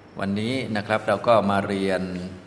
วันนี้นะครับเราก็มาเรียน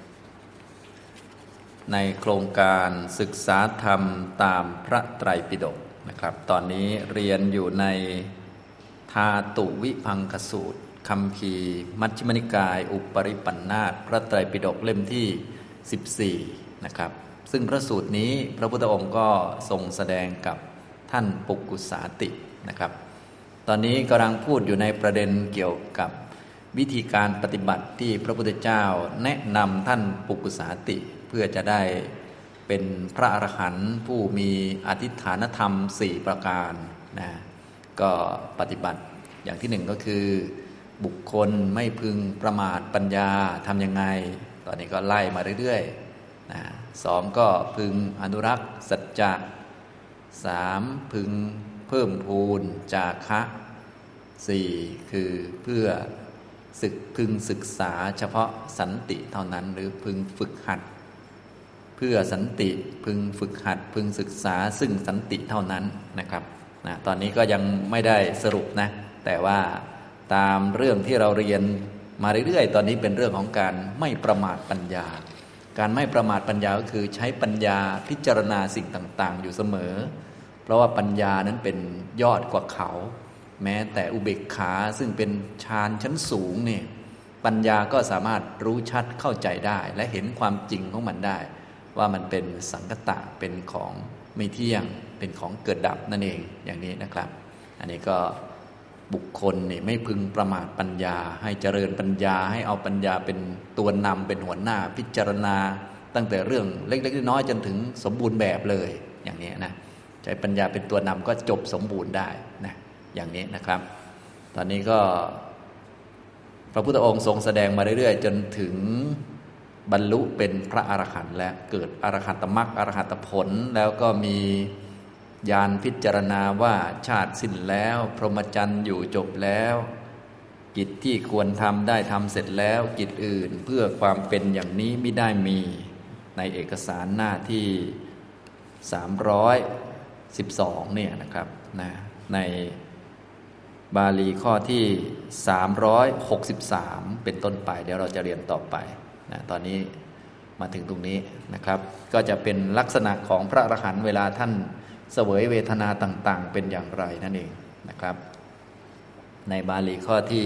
ในโครงการศึกษาธรรมตามพระไตรปิฎกนะครับตอนนี้เรียนอยู่ในธาตุวิภังคสูตรคัมภีร์มัชฌิมนิกายอุปริปันธาสพระไตรปิฎกเล่มที่14นะครับซึ่งพระสูตรนี้พระพุทธองค์ก็ทรงแสดงกับท่านปุกกุสาตินะครับตอนนี้กำลังพูดอยู่ในประเด็นเกี่ยวกับวิธีการปฏิบัติที่พระพุทธเจ้าแนะนำท่านปุกกุสาติเพื่อจะได้เป็นพระอรหันต์ผู้มีอธิฐานธรรม4ประการนะก็ปฏิบัติอย่างที่1ก็คือบุคคลไม่พึงประมาทปัญญาทำยังไงตอนนี้ก็ไล่มาเรื่อยๆนะ2ก็พึงอนุรักษ์สัจจะ3พึงเพิ่มพูนจาคะ4คือเพื่อพึงศึกษาเฉพาะสันติเท่านั้นหรือพึงฝึกหัดเพื่อสันติพึงฝึกหัดพึงศึกษาซึ่งสันติเท่านั้นนะครับตอนนี้ก็ยังไม่ได้สรุปนะแต่ว่าตามเรื่องที่เราเรียนมาเรื่อยๆตอนนี้เป็นเรื่องของการไม่ประมาทปัญญาการไม่ประมาทปัญญาก็คือใช้ปัญญาพิจารณาสิ่งต่างๆอยู่เสมอเพราะว่าปัญญานั้นเป็นยอดกว่าเขาแม้แต่อุเบกขาซึ่งเป็นฌานชั้นสูงเนี่ยปัญญาก็สามารถรู้ชัดเข้าใจได้และเห็นความจริงของมันได้ว่ามันเป็นสังคตะเป็นของไม่เที่ยงเป็นของเกิดดับนั่นเองอย่างนี้นะครับอันนี้ก็บุคคลนี่ไม่พึงประมาทปัญญาให้เจริญปัญญาให้เอาปัญญาเป็นตัวนำเป็นหัวหน้าพิจารณาตั้งแต่เรื่องเล็กๆน้อยๆจนถึงสมบูรณ์แบบเลยอย่างนี้นะใช้ปัญญาเป็นตัวนำก็จบสมบูรณ์ได้นะอย่างนี้นะครับตอนนี้ก็พระพุทธองค์ทรงแสดงมาเรื่อยๆจนถึงบรรลุเป็นพระอรหันต์และเกิดอรหัตตมรรคอรหัตผลแล้วก็มีญาณพิจารณาว่าชาติสิ้นแล้วพรหมจรรย์อยู่จบแล้วกิจที่ควรทำได้ทำเสร็จแล้วกิจอื่นเพื่อความเป็นอย่างนี้ไม่ได้มีในเอกสารหน้าที่312เนี่ยนะครับนะในบาลีข้อที่363เป็นต้นไปเดี๋ยวเราจะเรียนต่อไปนะตอนนี้มาถึงตรงนี้นะครับก็จะเป็นลักษณะของพระอรหันต์เวลาท่านเสวยเวทนาต่างๆเป็นอย่างไรนั่นเองนะครับในบาลีข้อที่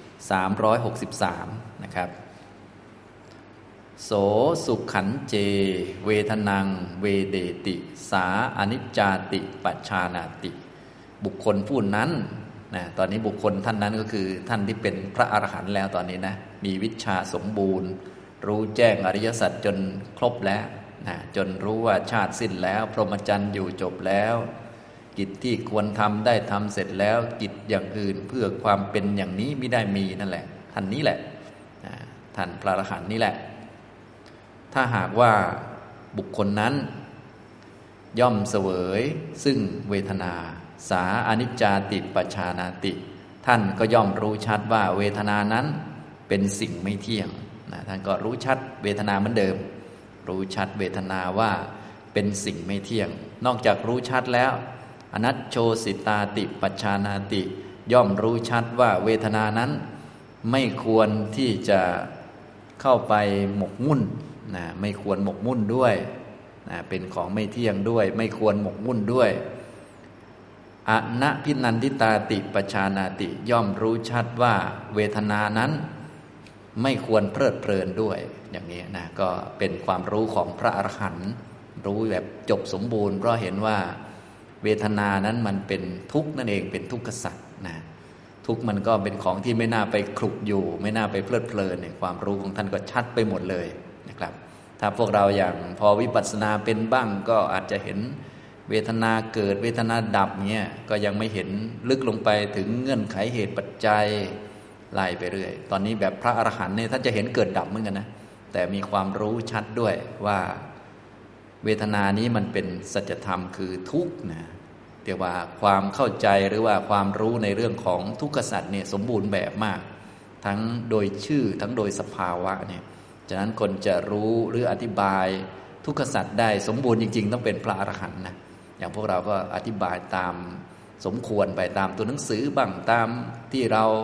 363นะครับโสสุขันเจเวทนังเวเดติสาอนิจจาติปัจฉานาติบุคคลผู้นั้นนะตอนนี้บุคคลท่านนั้นก็คือท่านที่เป็นพระอรหันต์แล้วตอนนี้นะมีวิชชาสมบูรณ์รู้แจ้งอริยสัจจนครบแล้วนะจนรู้ว่าชาติสิ้นแล้วพรหมจรรย์อยู่จบแล้วกิจที่ควรทำได้ทำเสร็จแล้วกิจอย่างอื่นเพื่อความเป็นอย่างนี้ไม่ได้มีนั่นแหละท่านนี้แหละนะท่านพระอรหันต์นี่แหละถ้าหากว่าบุคคลนั้นย่อมเสวยซึ่งเวทนาสาอนิจจาติปัจฉานาติท่านก็ย่อมรู้ชัดว่าเวทนานั้นเป็นสิ่งไม่เที่ยงนะท่านก็รู้ชัดเวทนาเหมือนเดิมรู้ชัดเวทนาว่าเป็นสิ่งไม่เที่ยงนอกจากรู้ชัดแล้วอนัตโชสิตาติปัจฉานาติย่อมรู้ชัดว่าเวทนานั้นไม่ควรที่จะเข้าไปหมกมุ่นนะไม่ควรหมกมุ่นด้วยนะเป็นของไม่เที่ยงด้วยไม่ควรหมกมุ่นด้วยอนะพินันทิตาติปัจฉานาติย่อมรู้ชัดว่าเวทนานั้นไม่ควรเพลิดเพลินด้วยอย่างนี้นะก็เป็นความรู้ของพระอรหันต์รู้แบบจบสมบูรณ์เพราะเห็นว่าเวทนานั้นมันเป็นทุกข์นั่นเองเป็นทุกขสัจนะทุกข์มันก็เป็นของที่ไม่น่าไปคลุกอยู่ไม่น่าไปเพลิดเพลินเนี่ยความรู้ของท่านก็ชัดไปหมดเลยนะครับถ้าพวกเราอย่างพอวิปัสสนาเป็นบ้างก็อาจจะเห็นเวทนาเกิดเวทนาดับเงี้ยก็ยังไม่เห็นลึกลงไปถึงเงื่อนไขเหตุปัจจัยไล่ไปเรื่อยตอนนี้แบบพระอรหันต์เนี่ยท่านจะเห็นเกิดดับเหมือนกันนะแต่มีความรู้ชัดด้วยว่าเวทนานี้มันเป็นสัจธรรมคือทุกข์นะเรียกว่าความเข้าใจหรือว่าความรู้ในเรื่องของทุกขสัจเนี่ยสมบูรณ์แบบมากทั้งโดยชื่อทั้งโดยสภาวะเนี่ยฉะนั้นคนจะรู้หรืออธิบายทุกขสัจได้สมบูรณ์จริงๆต้องเป็นพระอรหันต์นะอย่างพวกเราก็อธิบายตามสมควรไปตามตัวหนังสือบ้างตามที่เรา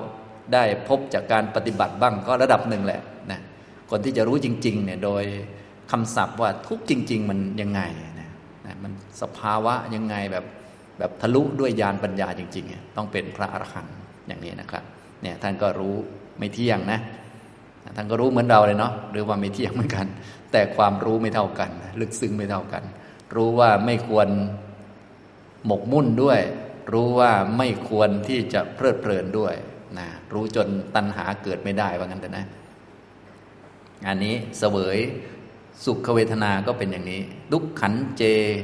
ได้พบจากการปฏิบัติบ้างก็ระดับหนึ่งแหละนะคนที่จะรู้จริงๆเนี่ยโดยคำศัพท์ว่าทุกข์จริงๆมันยังไงนะมันสภาวะยังไงแบบทะลุด้วยญาณปัญญาจริงๆต้องเป็นพระอรหันต์อย่างนี้นะครับเนี่ยท่านก็รู้ไม่เที่ยงนะท่านก็รู้เหมือนเราเลยเนาะหรือว่าไม่เที่ยงเหมือนกันแต่ความรู้ไม่เท่ากันลึกซึ้งไม่เท่ากันรู้ว่าไม่ควรหมกมุ่นด้วยรู้ว่าไม่ควรที่จะเพลิดเพลินด้วยนะรู้จนตัณหาเกิดไม่ได้ว่างั้นแต่นะอันนี้เสวยสุขเวทนาก็เป็นอย่างนี้ทุกขันเจ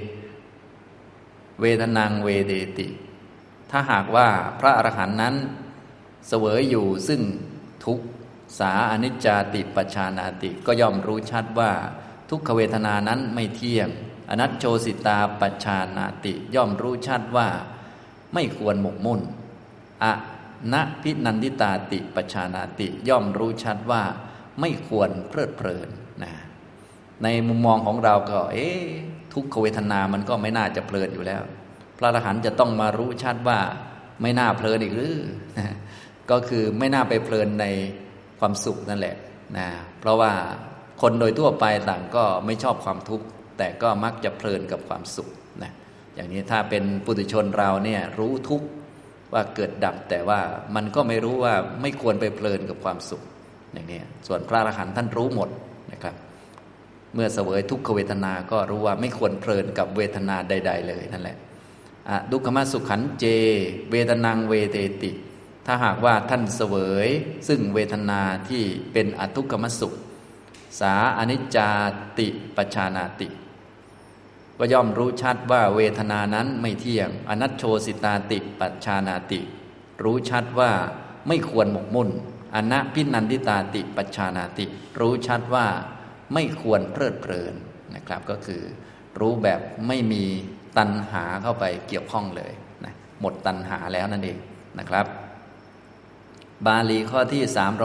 เวทนังเวเดติถ้าหากว่าพระอรหันต์นั้นเสวยอยู่ซึ่งทุกข์สาอนิจจาติปัจฉานาติก็ย่อมรู้ชัดว่าทุกขเวทนานั้นไม่เที่ยงอนัตโชสิตาปัจฉานาติย่อมรู้ชัดว่าไม่ควรหมกมุ่นอะนะพินันทิตาติปัจฉานาติย่อมรู้ชัดว่าไม่ควรเพลิดเพลินนะในมุมมองของเราก็ทุกขเวทนามันก็ไม่น่าจะเพลินอยู่แล้วพระอรหันต์จะต้องมารู้ชัดว่าไม่น่าเพลินอีกหรือก็คือไม่น่าไปเพลินในความสุขนั่นแหละนะเพราะว่าคนโดยทั่วไปต่างก็ไม่ชอบความทุกข์แต่ก็มักจะเพลินกับความสุขนะอย่างนี้ถ้าเป็นปุถุชนเราเนี่ยรู้ทุกข์ว่าเกิดดับแต่ว่ามันก็ไม่รู้ว่าไม่ควรไปเพลินกับความสุขอย่างนี้ส่วนพระอรหันต์ท่านรู้หมดนะครับเมื่อเสวยทุกขเวทนาก็รู้ว่าไม่ควรเพลินกับเวทนาใดๆเลยนั่นแหละดุขมสุขันเจเวทนังเวเตติถ้าหากว่าท่านเสวยซึ่งเวทนาที่เป็นอทุกขมสุขสาอนิจจาติปัจฉานาติก็ย่อมรู้ชัดว่าเวทนานั้นไม่เที่ยงอนัตโชสิตาติปัจฉานาติรู้ชัดว่าไม่ควรหมกมุ่นอนะพินันทิตาติปัจฉานาติรู้ชัดว่าไม่ควรเพลิดเพลินนะครับก็คือรู้แบบไม่มีตัณหาเข้าไปเกี่ยวข้องเลยนะหมดตัณหาแล้วนั่นเองนะครับบาลีข้อที่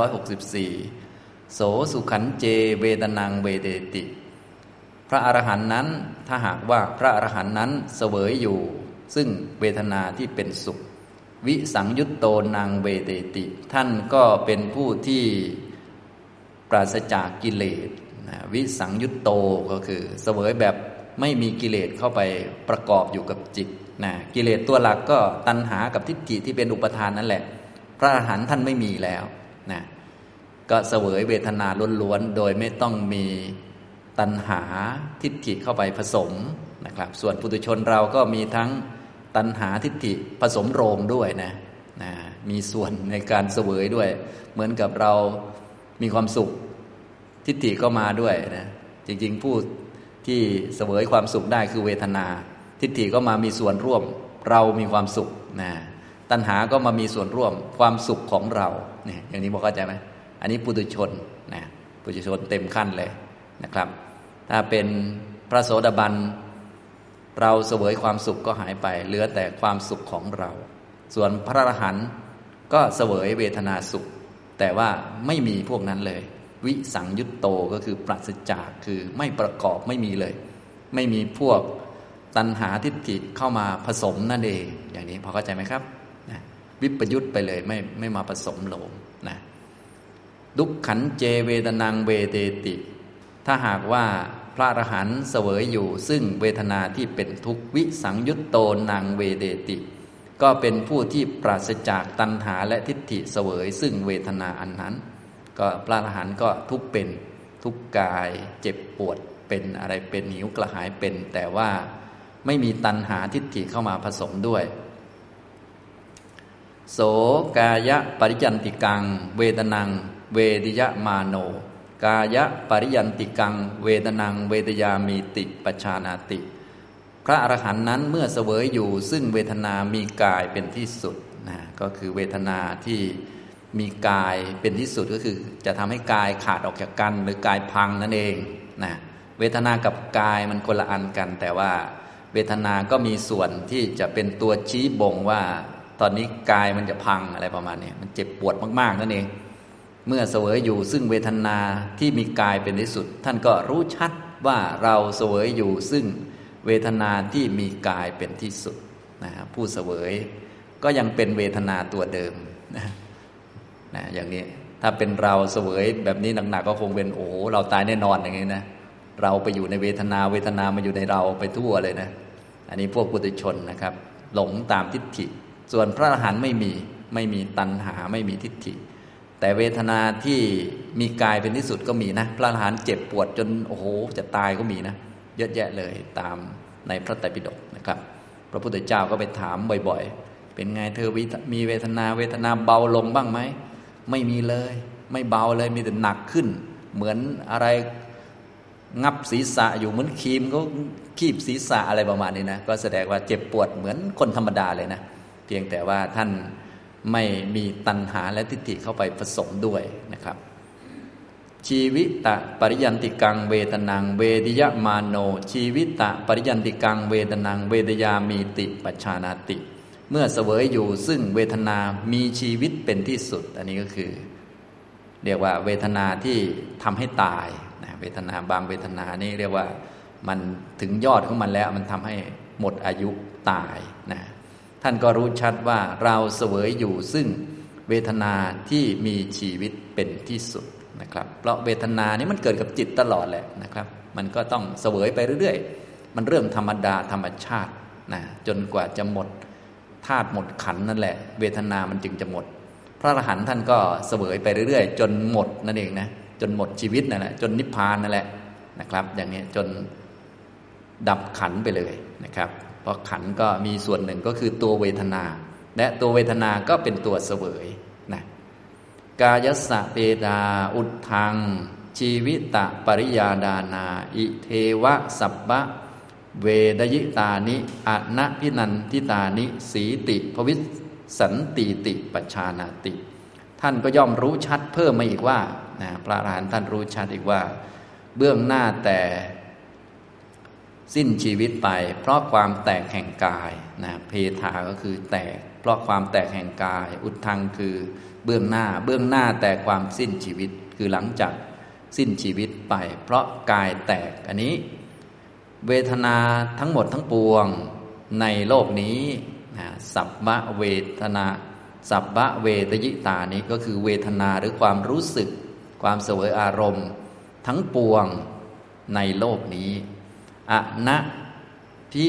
364โสสุขันเจเวทนังเวเดติพระอรหันต์นั้นถ้าหากว่าพระอรหันต์นั้นเสวยอยู่ซึ่งเวทนาที่เป็นสุขวิสังยุตโตนังเวเดติท่านก็เป็นผู้ที่ปราศจากกิเลสวิสังยุตโตก็คือเสวยแบบไม่มีกิเลสเข้าไปประกอบอยู่กับจิตนะกิเลสตัวหลักก็ตัณหากับทิฏฐิที่เป็นอุปทานนั่นแหละพระอรหันต์ท่านไม่มีแล้วนะก็เสวยเวทนาล้วนๆโดยไม่ต้องมีตัณหาทิฏฐิเข้าไปผสมนะครับส่วนปุถุชนเราก็มีทั้งตัณหาทิฏฐิผสมโรงด้วยนะมีส่วนในการเสวยด้วยเหมือนกับเรามีความสุขทิฏฐิก็มาด้วยนะจริงๆผู้ที่เสวยความสุขได้คือเวทนาทิฏฐิก็มามีส่วนร่วมเรามีความสุขนะตัณหาก็มามีส่วนร่วมความสุขของเราเนี่ยอย่างนี้พอเข้าใจไหมอันนี้ปุถุชนนะปุถุชนเต็มขั้นเลยนะครับถ้าเป็นพระโสดาบันเราเสวยความสุขก็หายไปเหลือแต่ความสุขของเราส่วนพระอรหันต์ก็เสวยเวทนาสุขแต่ว่าไม่มีพวกนั้นเลยวิสังยุตโตก็คือปราศจากคือไม่ประกอบไม่มีเลยไม่มีพวกตัณหาทิฏฐิเข้ามาผสมนั่นเองอย่างนี้พอเข้าใจไหมครับนะวิปยุตไปเลยไม่มาผสมโลมนะดุขขันเจเวทนังเวเตติถ้าหากว่าพระอรหันต์เสวยอยู่ซึ่งเวทนาที่เป็นทุกข์วิสังยุตโตนังเวเดติก็เป็นผู้ที่ปราศจากตัณหาและทิฏฐิเสวยซึ่งเวทนาอันนั้นก็พระอรหันต์ก็ทุกข์เป็นทุกข์กายเจ็บปวดเป็นอะไรเป็นหิวกระหายเป็นแต่ว่าไม่มีตัณหาทิฏฐิเข้ามาผสมด้วยโสกายะปริยันติกังเวทนังเวดิยมาโนกายะปริยันติกังเวทนังเวทยามีติปัจฉานาติพระอรหันต์นั้นเมื่อเสวยอยู่ซึ่งเวทนามีกายเป็นที่สุดนะก็คือเวทนาที่มีกายเป็นที่สุดก็คือจะทำให้กายขาดออกจากกันหรือกายพังนั่นเองนะเวทนากับกายมันคนละอันกันแต่ว่าเวทนาก็มีส่วนที่จะเป็นตัวชี้บ่งว่าตอนนี้กายมันจะพังอะไรประมาณนี้มันเจ็บปวดมากๆนั่นเองเมื่อเสวยอยู่ซึ่งเวทนาที่มีกายเป็นที่สุดท่านก็รู้ชัดว่าเราเสวยอยู่ซึ่งเวทนาที่มีกายเป็นที่สุดนะผู้เสวยก็ยังเป็นเวทนาตัวเดิมนะนะอย่างนี้ถ้าเป็นเราเสวยแบบนี้หนักๆก็คงเป็นโอ้โหเราตายแน่นอนอย่างนี้นะเราไปอยู่ในเวทนาเวทนามาอยู่ในเราไปทั่วเลยนะอันนี้พวกปุถุชนนะครับหลงตามทิฏฐิส่วนพระอรหันต์ไม่มีตัณหาไม่มีทิฏฐิแต่เวทนาที่มีกายเป็นที่สุดก็มีนะพระอรหันต์เจ็บปวดจนโอ้โหจะตายก็มีนะเยอะแยะเลยตามในพระไตรปิฎกนะครับพระพุทธเจ้าก็ไปถามบ่อยๆเป็นไงเธอมีเวทนาเบาลงบ้างไหมไม่มีเลยไม่เบาเลยมีแต่หนักขึ้นเหมือนอะไรงับศีรษะอยู่เหมือนครีมก็คีบศีรษะอะไรประมาณนี้นะก็แสดงว่าเจ็บปวดเหมือนคนธรรมดาเลยนะเพียงแต่ว่าท่านไม่มีตัณหาและทิฏฐิเข้าไปผสมด้วยนะครับชีวิตะปริยันติกังเวทนังเวดิยมาโนชีวิตะปริยันติกังเวทนังเวดยามีติปัจฉานาติเมื่อเสวยอยู่ซึ่งเวทนามีชีวิตเป็นที่สุดอันนี้ก็คือเรียกว่าเวทนาที่ทำให้ตายนะเวทนาบางเวทนานี่เรียกว่ามันถึงยอดของมันแล้วมันทำให้หมดอายุตายนะท่านก็รู้ชัดว่าเราเสวยอยู่ซึ่งเวทนาที่มีชีวิตเป็นที่สุดนะครับเพราะเวทนานี้มันเกิดกับจิตตลอดแหละนะครับมันก็ต้องเสวยไปเรื่อยๆมันเรื่องธรรมดาธรรมชาตินะจนกว่าจะหมดธาตุหมดขันธ์นั่นแหละเวทนามันจึงจะหมดพระอรหันต์ท่านก็เสวยไปเรื่อยๆจนหมดนั่นเองนะจนหมดชีวิตนั่นแหละจนนิพพานนั่นแหละนะครับอย่างนี้จนดับขันธ์ไปเลยนะครับเพราะขันธ์ก็มีส่วนหนึ่งก็คือตัวเวทนาและตัวเวทนาก็เป็นตัวเสวยนะกายัสสะเปดาอุทธังชีวิตะปริยาดานาอิเทวะสัพพะเวดยิตานิอนะพินันทิตานิสีติภวิสันติติปัจฉานาติท่านก็ย่อมรู้ชัดเพิ่มมาอีกว่านะพระอรหันต์ท่านรู้ชัดอีกว่าเบื้องหน้าแต่สิ้นชีวิตไปเพราะความแตกแห่งกายนะเพทาก็คือแตกเพราะความแตกแห่งกายอุทธังคือเบื้องหน้าแต่ความสิ้นชีวิตคือหลังจากสิ้นชีวิตไปเพราะกายแตกอันนี้เวทนาทั้งหมดทั้งปวงในโลกนี้สัพพะเวทนาสัพพะเวทยิตานี้ก็คือเวทนาหรือความรู้สึกความเสวยอารมณ์ทั้งปวงในโลกนี้อนะพิ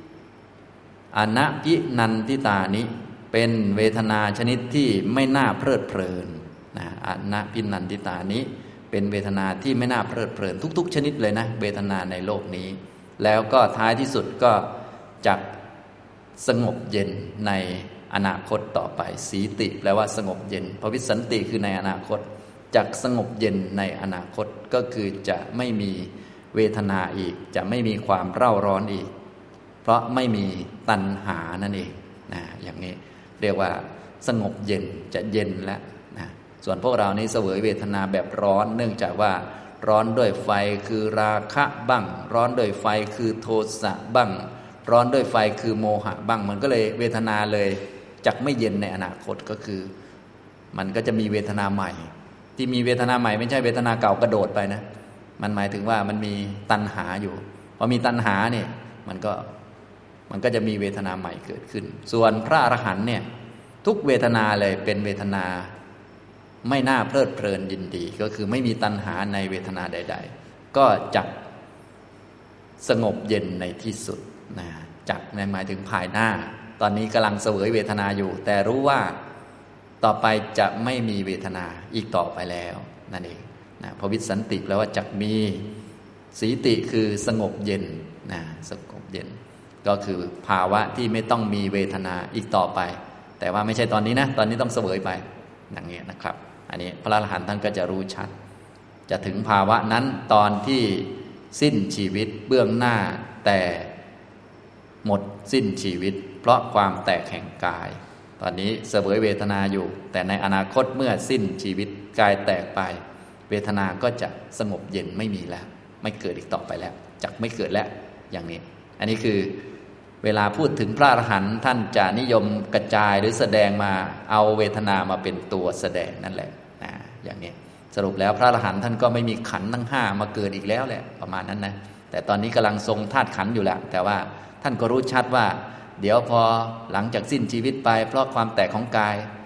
นันทิตานิเป็นเวทนาชนิดที่ไม่น่าเพลิดเพลินนะอนะพินันทิตานิเป็นเวทนาที่ไม่น่าเพลิดเพลินทุกๆชนิดเลยนะเวทนาในโลกนี้แล้วก็ท้ายที่สุดก็จะสงบเย็นในอนาคตต่อไปสีติแปลว่าสงบเย็นภวิสันติคือในอนาคตจะสงบเย็นในอนาคตก็คือจะไม่มีเวทนาอีกจะไม่มีความเร่าร้อนอีกเพราะไม่มีตัณหานั่นเองนะอย่างนี้เรียกว่าสงบเย็นจะเย็นแล้วนะส่วนพวกเรานี้เสวยเวทนาแบบร้อนเนื่องจากว่าร้อนด้วยไฟคือราคะบ้างร้อนด้วยไฟคือโทสะบ้างร้อนด้วยไฟคือโมหะบ้างมันก็เลยเวทนาเลยจักไม่เย็นในอนาคตก็คือมันก็จะมีเวทนาใหม่ที่มีเวทนาใหม่ไม่ใช่เวทนาเก่ากระโดดไปนะมันหมายถึงว่ามันมีตัณหาอยู่พอมีตัณหาเนี่ยมันก็จะมีเวทนาใหม่เกิดขึ้นส่วนพระอรหันต์เนี่ยทุกเวทนาเลยเป็นเวทนาไม่น่าเพลิดเพลินยินดีก็คือไม่มีตัณหาในเวทนาใดๆก็จักสงบเย็นในที่สุดนะจักในหมายถึงภายหน้าตอนนี้กำลังเสวยเวทนาอยู่แต่รู้ว่าต่อไปจะไม่มีเวทนาอีกต่อไปแล้วนั่นเองนะภวิสันติแปลว่าจักมีสีติคือสงบเย็นนะสงบเย็นก็คือภาวะที่ไม่ต้องมีเวทนาอีกต่อไปแต่ว่าไม่ใช่ตอนนี้นะตอนนี้ต้องเสวยไปอย่างนี้นะครับอันนี้พระอรหันต์ท่านก็จะรู้ชัดจะถึงภาวะนั้นตอนที่สิ้นชีวิตเบื้องหน้าแต่หมดสิ้นชีวิตเพราะความแตกแห่งกายตอนนี้เสวยเวทนาอยู่แต่ในอนาคตเมื่อสิ้นชีวิตกายแตกไปเวทนาก็จะสงบเย็นไม่มีแล้วไม่เกิดอีกต่อไปแล้วจักไม่เกิดแล้วอย่างนี้อันนี้คือเวลาพูดถึงพระอรหันต์ท่านจะนิยมกระจายหรือแสดงมาเอาเวทนามาเป็นตัวแสดงนั่นแหละอย่างนี้สรุปแล้วพระอรหันต์ท่านก็ไม่มีขันธ์ทั้ง5มาเกิดอีกแล้วแหละประมาณนั้นนะแต่ตอนนี้กำลังทรงธาตุขันธ์อยู่แหละแต่ว่าท่านก็รู้ชัดว่าเดี๋ยวพอหลังจากสิ้นชีวิตไปเพราะความแตกของกาย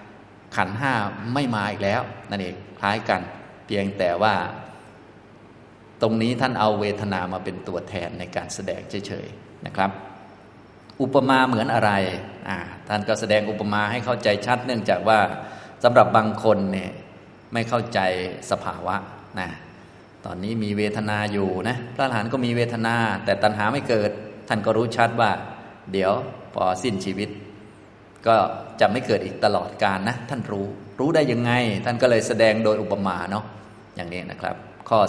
ขันธ์ห้าไม่มาอีกแล้วนั่นเองคล้ายกันเพียงแต่ว่าตรงนี้ท่านเอาเวทนามาเป็นตัวแทนในการแสดงเฉยๆนะครับอุปมาเหมือนอะไรท่านก็แสดงอุปมาให้เข้าใจชัดเนื่องจากว่าสำหรับบางคนเนี่ยไม่เข้าใจสภาวะนะตอนนี้มีเวทนาอยู่นะพระอรหันต์ก็มีเวทนาแต่ตัณหาไม่เกิดท่านก็รู้ชัดว่าเดี๋ยวพอสิ้นชีวิตก็จะไม่เกิดอีกตลอดกาลนะท่านรู้ได้ยังไงท่านก็เลยแสดงโดยอุปมาเนาะอย่างนี้นะครับข้อ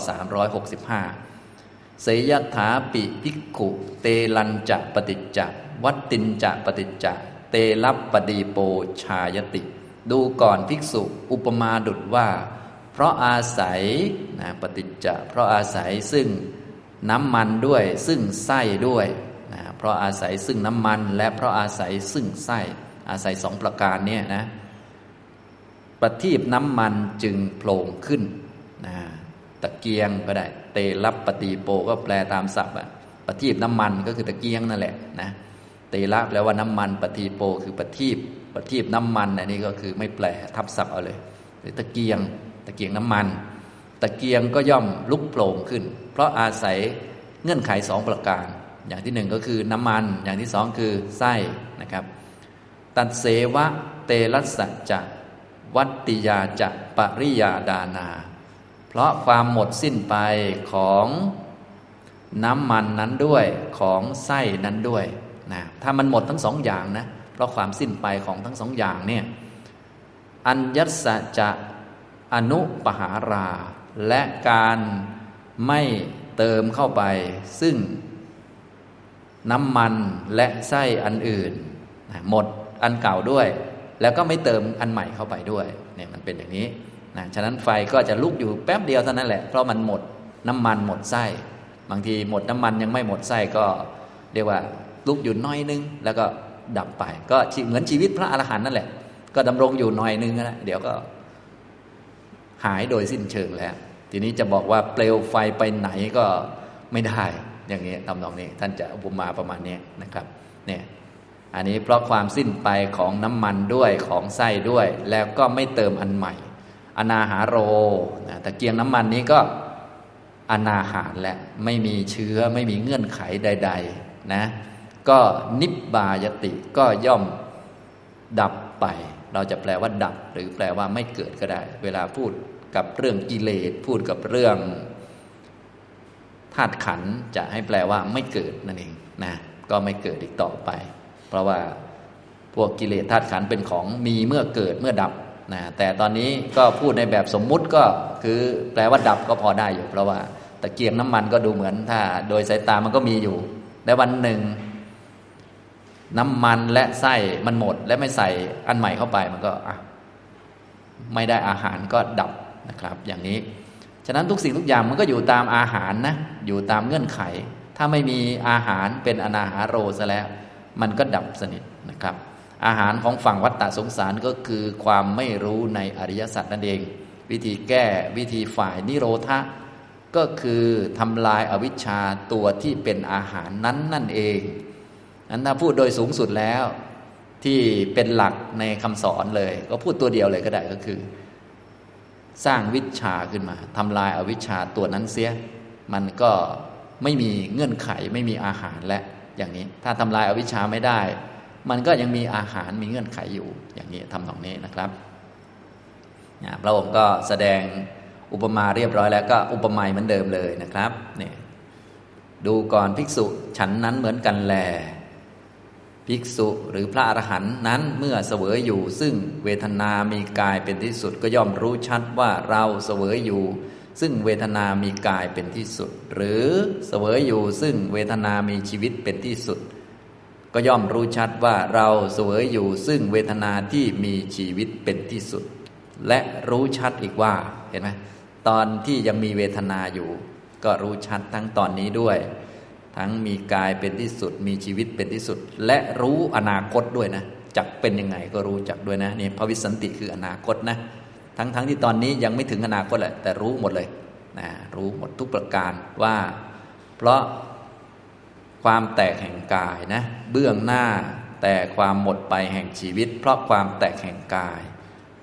365เสยถาปิภิกขุเตลัญจะปฏิจจวัตตินจะปฏิจจเตลับปดีโปชายติดูก่อนภิกษุอุปมาดุจว่าเพราะอาศัยปฏิจจเพราะอาศัยซึ่งน้ำมันด้วยซึ่งไส้ด้วยเพราะอาศัยซึ่งน้ำมันและเพราะอาศัยซึ่งไส้อาศัยสองประการนี้นะประทีปน้ำมันจึงโผล่ขึ้นตะเกียงก็ได้เตลับปฏิโปก็แปลตามศัพท์ประทีปน้ำมันก็คือตะเกียงนั่นแหละนะเตละแปลว่าน้ำมันปฏิโปคือประทีปน้ำมันอันนี้ก็คือไม่แปลทับศัพท์เอาเลยหรือตะเกียงน้ำมันตะเกียงก็ย่อมลุกโผล่ขึ้นเพราะอาศัยเงื่อนไขสองประการอย่างที่หนึ่งก็คือน้ำมันอย่างที่สองคือไส้นะครับตัดเสวะเตลัสสะจะวัตติยาจะปริยาดานาเพราะความหมดสิ้นไปของน้ำมันนั้นด้วยของไส้นั้นด้วยนะถ้ามันหมดทั้งสองอย่างนะเพราะความสิ้นไปของทั้งสองอย่างเนี่ยอัญญัสสะจะอนุปหาราและการไม่เติมเข้าไปซึ่งน้ำมันและไส้อันอื่นหมดอันเก่าด้วยแล้วก็ไม่เติมอันใหม่เข้าไปด้วยเนี่ยมันเป็นอย่างนี้นะฉะนั้นไฟก็จะลุกอยู่แป๊บเดียวเท่านั้นแหละเพราะมันหมดน้ำมันหมดไส้บางทีหมดน้ำมันยังไม่หมดไส้ก็เรียกว่าลุกอยู่น้อยนึงแล้วก็ดับไปก็เหมือนชีวิตพระอรหันต์นั่นแหละก็ดำรงอยู่หน่อยนึงนะเดี๋ยวก็หายโดยสิ้นเชิงแล้วทีนี้จะบอกว่าเปลวไฟไปไหนก็ไม่ได้อย่างนี้ทำนองนี้ท่านจะอุปมาประมาณนี้นะครับเนี่ยอันนี้เพราะความสิ้นไปของน้ำมันด้วยของไส้ด้วยแล้วก็ไม่เติมอันใหม่อนาหาโรตะเกียงน้ำมันนี้ก็อนาหารและไม่มีเชื้อไม่มีเงื่อนไขใดๆนะก็นิบบายติก็ย่อมดับไปเราจะแปลว่าดับหรือแปลว่าไม่เกิดก็ได้เวลาพูดกับเรื่องกิเลสพูดกับเรื่องธาตุขันธ์จะให้แปลว่าไม่เกิดนั่นเองนะก็ไม่เกิดอีกต่อไปเพราะว่าพวกกิเลสธาตุขันธ์เป็นของมีเมื่อเกิดเมื่อดับนะแต่ตอนนี้ก็พูดในแบบสมมุติก็คือแปลว่าดับก็พอได้อยู่เพราะว่าตะเกียงน้ำมันก็ดูเหมือนถ้าโดยสายตามันก็มีอยู่และวันหนึ่งน้ำมันและไส้มันหมดและไม่ใส่อันใหม่เข้าไปมันก็ไม่ได้อาหารก็ดับนะครับอย่างนี้ฉะนั้นทุกสิ่งทุกอย่างมันก็อยู่ตามอาหารนะอยู่ตามเงื่อนไขถ้าไม่มีอาหารเป็นอนาหาโรซะแล้วมันก็ดับสนิทนะครับอาหารของฝั่งวัฏฏะสงสารก็คือความไม่รู้ในอริยสัจนั่นเองวิธีแก้วิธีฝ่ายนิโรธะก็คือทำลายอวิชชาตัวที่เป็นอาหารนั้นนั่นเองนั้นถ้าพูดโดยสูงสุดแล้วที่เป็นหลักในคำสอนเลยก็พูดตัวเดียวเลยก็ได้ก็คือสร้างวิชชาขึ้นมาทำลายอวิชชาตัวนั้นเสียมันก็ไม่มีเงื่อนไขไม่มีอาหารและอย่างนี้ถ้าทำลายอวิชชาไม่ได้มันก็ยังมีอาหารมีเงื่อนไขอยู่อย่างนี้ทำตรงนี้นะครับพระองค์ก็แสดงอุปมาเรียบร้อยแล้วก็อุปไมยเหมือนเดิมเลยนะครับนี่ดูก่อนภิกษุฉันนั้นเหมือนกันแลภิกษุหรือพระอรหันต์นั้นเมื่อเสวยอยู่ซึ่งเวทนามีกายเป็นที่สุดก็ย่อมรู้ชัดว่าเราเสวยอยู่ซึ่งเวทนามีกายเป็นที่สุดหรือเสวยอยู่ซึ่งเวทนามีชีวิตเป็นที่สุดก็ย่อมรู้ชัดว่าเราเสวยอยู่ซึ่งเวทนาที่มีชีวิตเป็นที่สุดและรู้ชัดอีกว่าเห็นไหมตอนที่ยังมีเวทนาอยู่ก็รู้ชัดทั้งตอนนี้ด้วยทั้งมีกายเป็นที่สุดมีชีวิตเป็นที่สุดและรู้อนาคตด้วยนะจักเป็นยังไงก็รู้จักด้วยนะนี่ภวิสันติคืออนาคตนะทั้งที่ตอนนี้ยังไม่ถึงอนาคตแหละแต่รู้หมดเลยนะรู้หมดทุกประการว่าเพราะความแตกแห่งกายนะเบื้องหน้าแต่ความหมดไปแห่งชีวิตเพราะความแตกแห่งกาย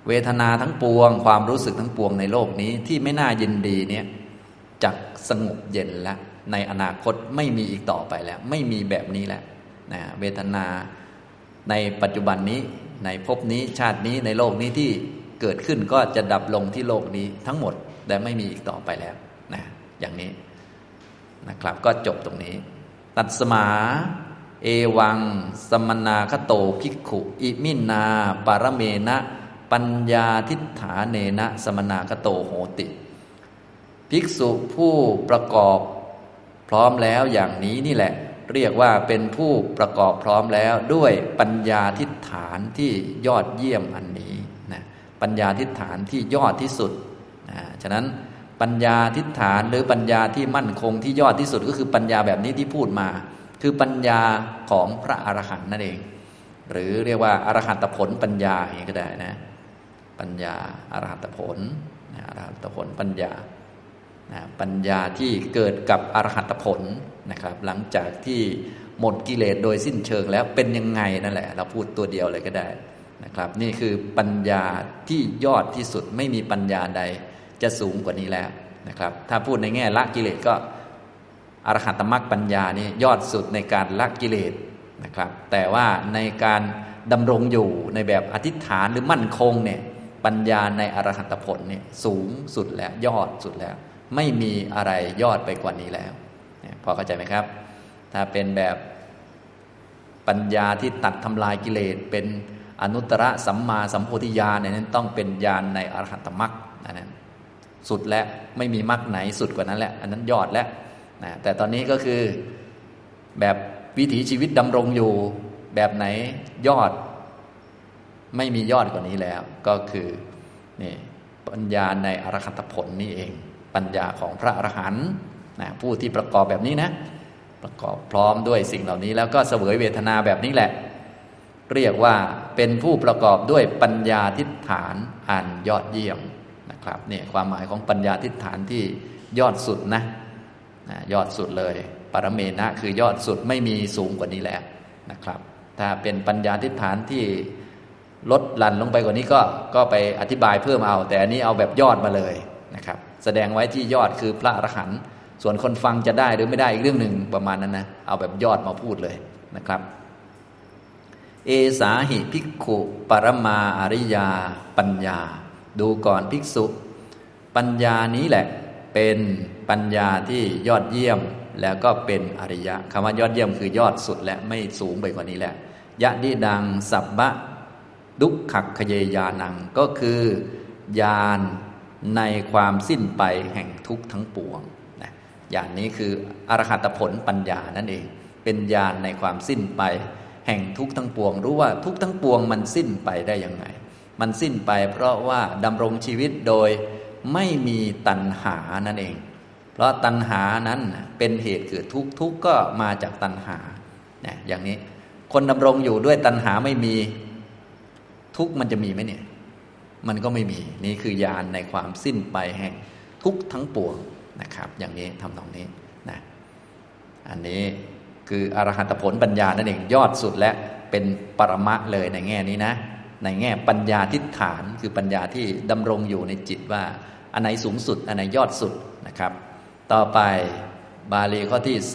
เวทนาทั้งปวงความรู้สึกทั้งปวงในโลกนี้ที่ไม่น่ายินดีเนี่ยจักสงบเย็นแล้วในอนาคตไม่มีอีกต่อไปแล้วไม่มีแบบนี้แล้วนะเวทนาในปัจจุบันนี้ในภพนี้ชาตินี้ในโลกนี้ที่เกิดขึ้นก็จะดับลงที่โลกนี้ทั้งหมดและไม่มีอีกต่อไปแล้วนะอย่างนี้นะครับก็จบตรงนี้ตัดสมาเอวังสมนาคโตภิกขุอิมินาปารเมนะปัญญาทิฏฐาเนนะสมนาคโตโหติภิกษุผู้ประกอบพร้อมแล้วอย่างนี้นี่แหละเรียกว่าเป็นผู้ประกอบพร้อมแล้วด้วยปัญญาทิฏฐานที่ยอดเยี่ยมอันนี้นะปัญญาทิฏฐานที่ยอดที่สุดฉะนั้นปัญญาทิฏฐานหรือปัญญาที่มั่นคงที่ยอดที่สุดก็คือปัญญาแบบนี้ที่พูดมาคือปัญญาของพระอรหันต์นั่นเองหรือเรียกว่าอรหัตผลปัญญาอย่างนี้ก็ได้นะปัญญาอรหัตผลอรหัตผลปัญญาปัญญาที่เกิดกับอรหัตผลนะครับหลังจากที่หมดกิเลสโดยสิ้นเชิงแล้วเป็นยังไงนั่นแหละเราพูดตัวเดียวเลยก็ได้นะครับนี่คือปัญญาที่ยอดที่สุดไม่มีปัญญาใดจะสูงกว่านี้แล้วนะครับถ้าพูดในแง่ละกิเลสก็อรหัตมรรคปัญญานี่ยอดสุดในการละกิเลสนะครับแต่ว่าในการดำรงอยู่ในแบบอธิษฐานหรือมั่นคงเนี่ยปัญญาในอรหัตผลเนี่ยสูงสุดแล้วยอดสุดแล้วไม่มีอะไรยอดไปกว่านี้แล้วพอเข้าใจไหมครับถ้าเป็นแบบปัญญาที่ตัดทำลายกิเลสเป็นอนุตตรสัมมาสัมโพธิญาณนั้นต้องเป็นญาณในอรหัตมรรคนั้นสุดแล้วไม่มีมรรคไหนสุดกว่านั้นแหละอันนั้นยอดแล้วแต่ตอนนี้ก็คือแบบวิถีชีวิตดำรงอยู่แบบไหนยอดไม่มียอดกว่านี้แล้วก็คือนี่ปัญญาในอรหัตผลนี่เองปัญญาของพระอรหันต์ผู้ที่ประกอบแบบนี้นะประกอบพร้อมด้วยสิ่งเหล่านี้แล้วก็เสวยเวทนาแบบนี้แหละเรียกว่าเป็นผู้ประกอบด้วยปัญญาทิฏฐานอันยอดเยี่ยมนะครับนี่ความหมายของปัญญาทิฏฐานที่ยอดสุดนะยอดสุดเลยปรเมนะคือยอดสุดไม่มีสูงกว่านี้แล้วนะครับถ้าเป็นปัญญาทิฏฐานที่ลดหลั่นลงไปกว่านี้ก็ไปอธิบายเพิ่มเอาแต่อันนี้เอาแบบยอดมาเลยนะครับแสดงไว้ที่ยอดคือพระอรหันต์ส่วนคนฟังจะได้หรือไม่ได้อีกเรื่องหนึ่งประมาณนั้นนะเอาแบบยอดมาพูดเลยนะครับเอสาหิภิกขุปรมาอริยาปัญญาดูก่อนภิกษุปัญญานี้แหละเป็นปัญญาที่ยอดเยี่ยมแล้วก็เป็นอริยะคำว่ายอดเยี่ยมคือยอดสุดและไม่สูงไปกว่านี้แหละยะดิดังสัพพะดุขขักขเยยานังก็คือญาณในความสิ้นไปแห่งทุกข์ทั้งปวงนะญาณนี้คืออรหัตผลปัญญานั่นเองเป็นญาณในความสิ้นไปแห่งทุกข์ทั้งปวงรู้ว่าทุกข์ทั้งปวงมันสิ้นไปได้ยังไงมันสิ้นไปเพราะว่าดำรงชีวิตโดยไม่มีตัณหานั่นเองเพราะตัณหานั้นเป็นเหตุเกิดทุกข์ทุกข์ก็มาจากตัณหาเนี่ยอย่างนี้คนดำรงอยู่ด้วยตัณหาไม่มีทุกข์มันจะมีไหมเนี่ยมันก็ไม่มีนี่คือญาณในความสิ้นไปแห่งทุกข์ทั้งปวงนะครับอย่างนี้ทำตรงนี้นะอันนี้คืออรหัตผลปัญญานั่นเองยอดสุดและเป็นปรมะเลยในแง่นี้นะในแง่ปัญญาทิฏฐานคือปัญญาที่ดำรงอยู่ในจิตว่าอันไหนสูงสุดอันไหนยอดสุดนะครับต่อไปบาลีข้อที่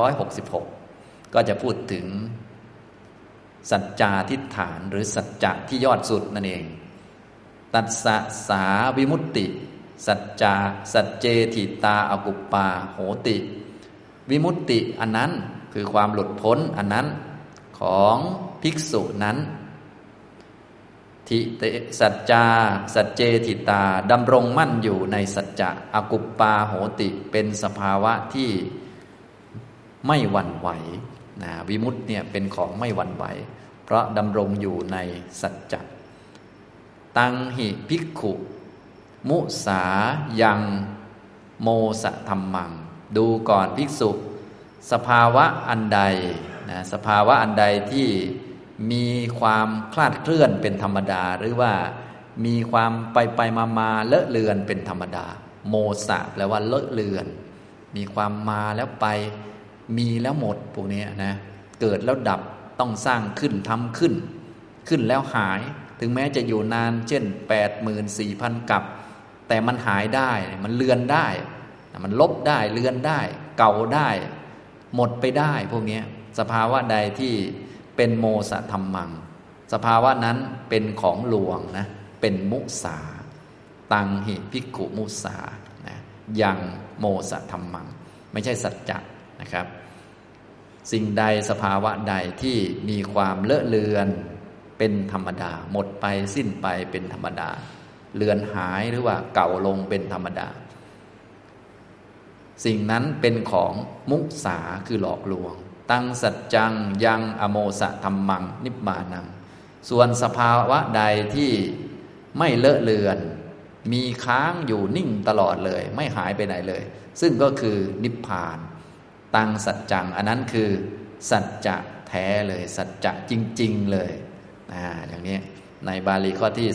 366ก็จะพูดถึงสัจจาทิฏฐานหรือสัจจะที่ยอดสุดนั่นเองตัสสะสาวิมุตติสัจจาสัจเจถิตาอกุปปาโหติวิมุตติอันนั้นคือความหลุดพ้นอันนั้นของภิกษุนั้นทิเตสัจจาสัจเจถิตาดำรงมั่นอยู่ในสัจจะอกุปปาโหติเป็นสภาวะที่ไม่หวั่นไหวนะวิมุตติเนี่ยเป็นของไม่หวั่นไหวเพราะดำรงอยู่ในสัจจะตังหิภิกขุมุสายังโมสะธัมมังดูก่อนภิกษุสภาวะอันใดนะสภาวะอันใดที่มีความคลาดเคลื่อนเป็นธรรมดาหรือว่ามีความไปมาเลอะเลือนเป็นธรรมดาโมสะแปลว่าเลอะเลือนมีความมาแล้วไปมีแล้วหมดพวกนี้นะเกิดแล้วดับต้องสร้างขึ้นทำขึ้นแล้วหายถึงแม้จะอยู่นานเช่น 84,000 กับแต่มันหายได้มันเลือนได้มันลบได้เลือนได้เก่าได้หมดไปได้พวกนี้สภาวะใดที่เป็นโมสะธัมมังสภาวะนั้นเป็นของลวงนะเป็นมุสาตังหิภิกขุมุสานะยังโมสะธัมมังไม่ใช่สัจจะนะครับสิ่งใดสภาวะใดที่มีความเลอะเลือนเป็นธรรมดาหมดไปสิ้นไปเป็นธรรมดาเลือนหายหรือว่าเก่าลงเป็นธรรมดาสิ่งนั้นเป็นของมุสาคือหลอกลวงตังสัจจังยังอโมสะธัมมังนิบบานังส่วนสภาวะใดที่ไม่เลอะเลือนมีค้างอยู่นิ่งตลอดเลยไม่หายไปไหนเลยซึ่งก็คือนิพพานตังสัจจังอันนั้นคือสัจจะแท้เลยสัจจะจริงๆเลยอย่างนี้ในบาลีข้อที่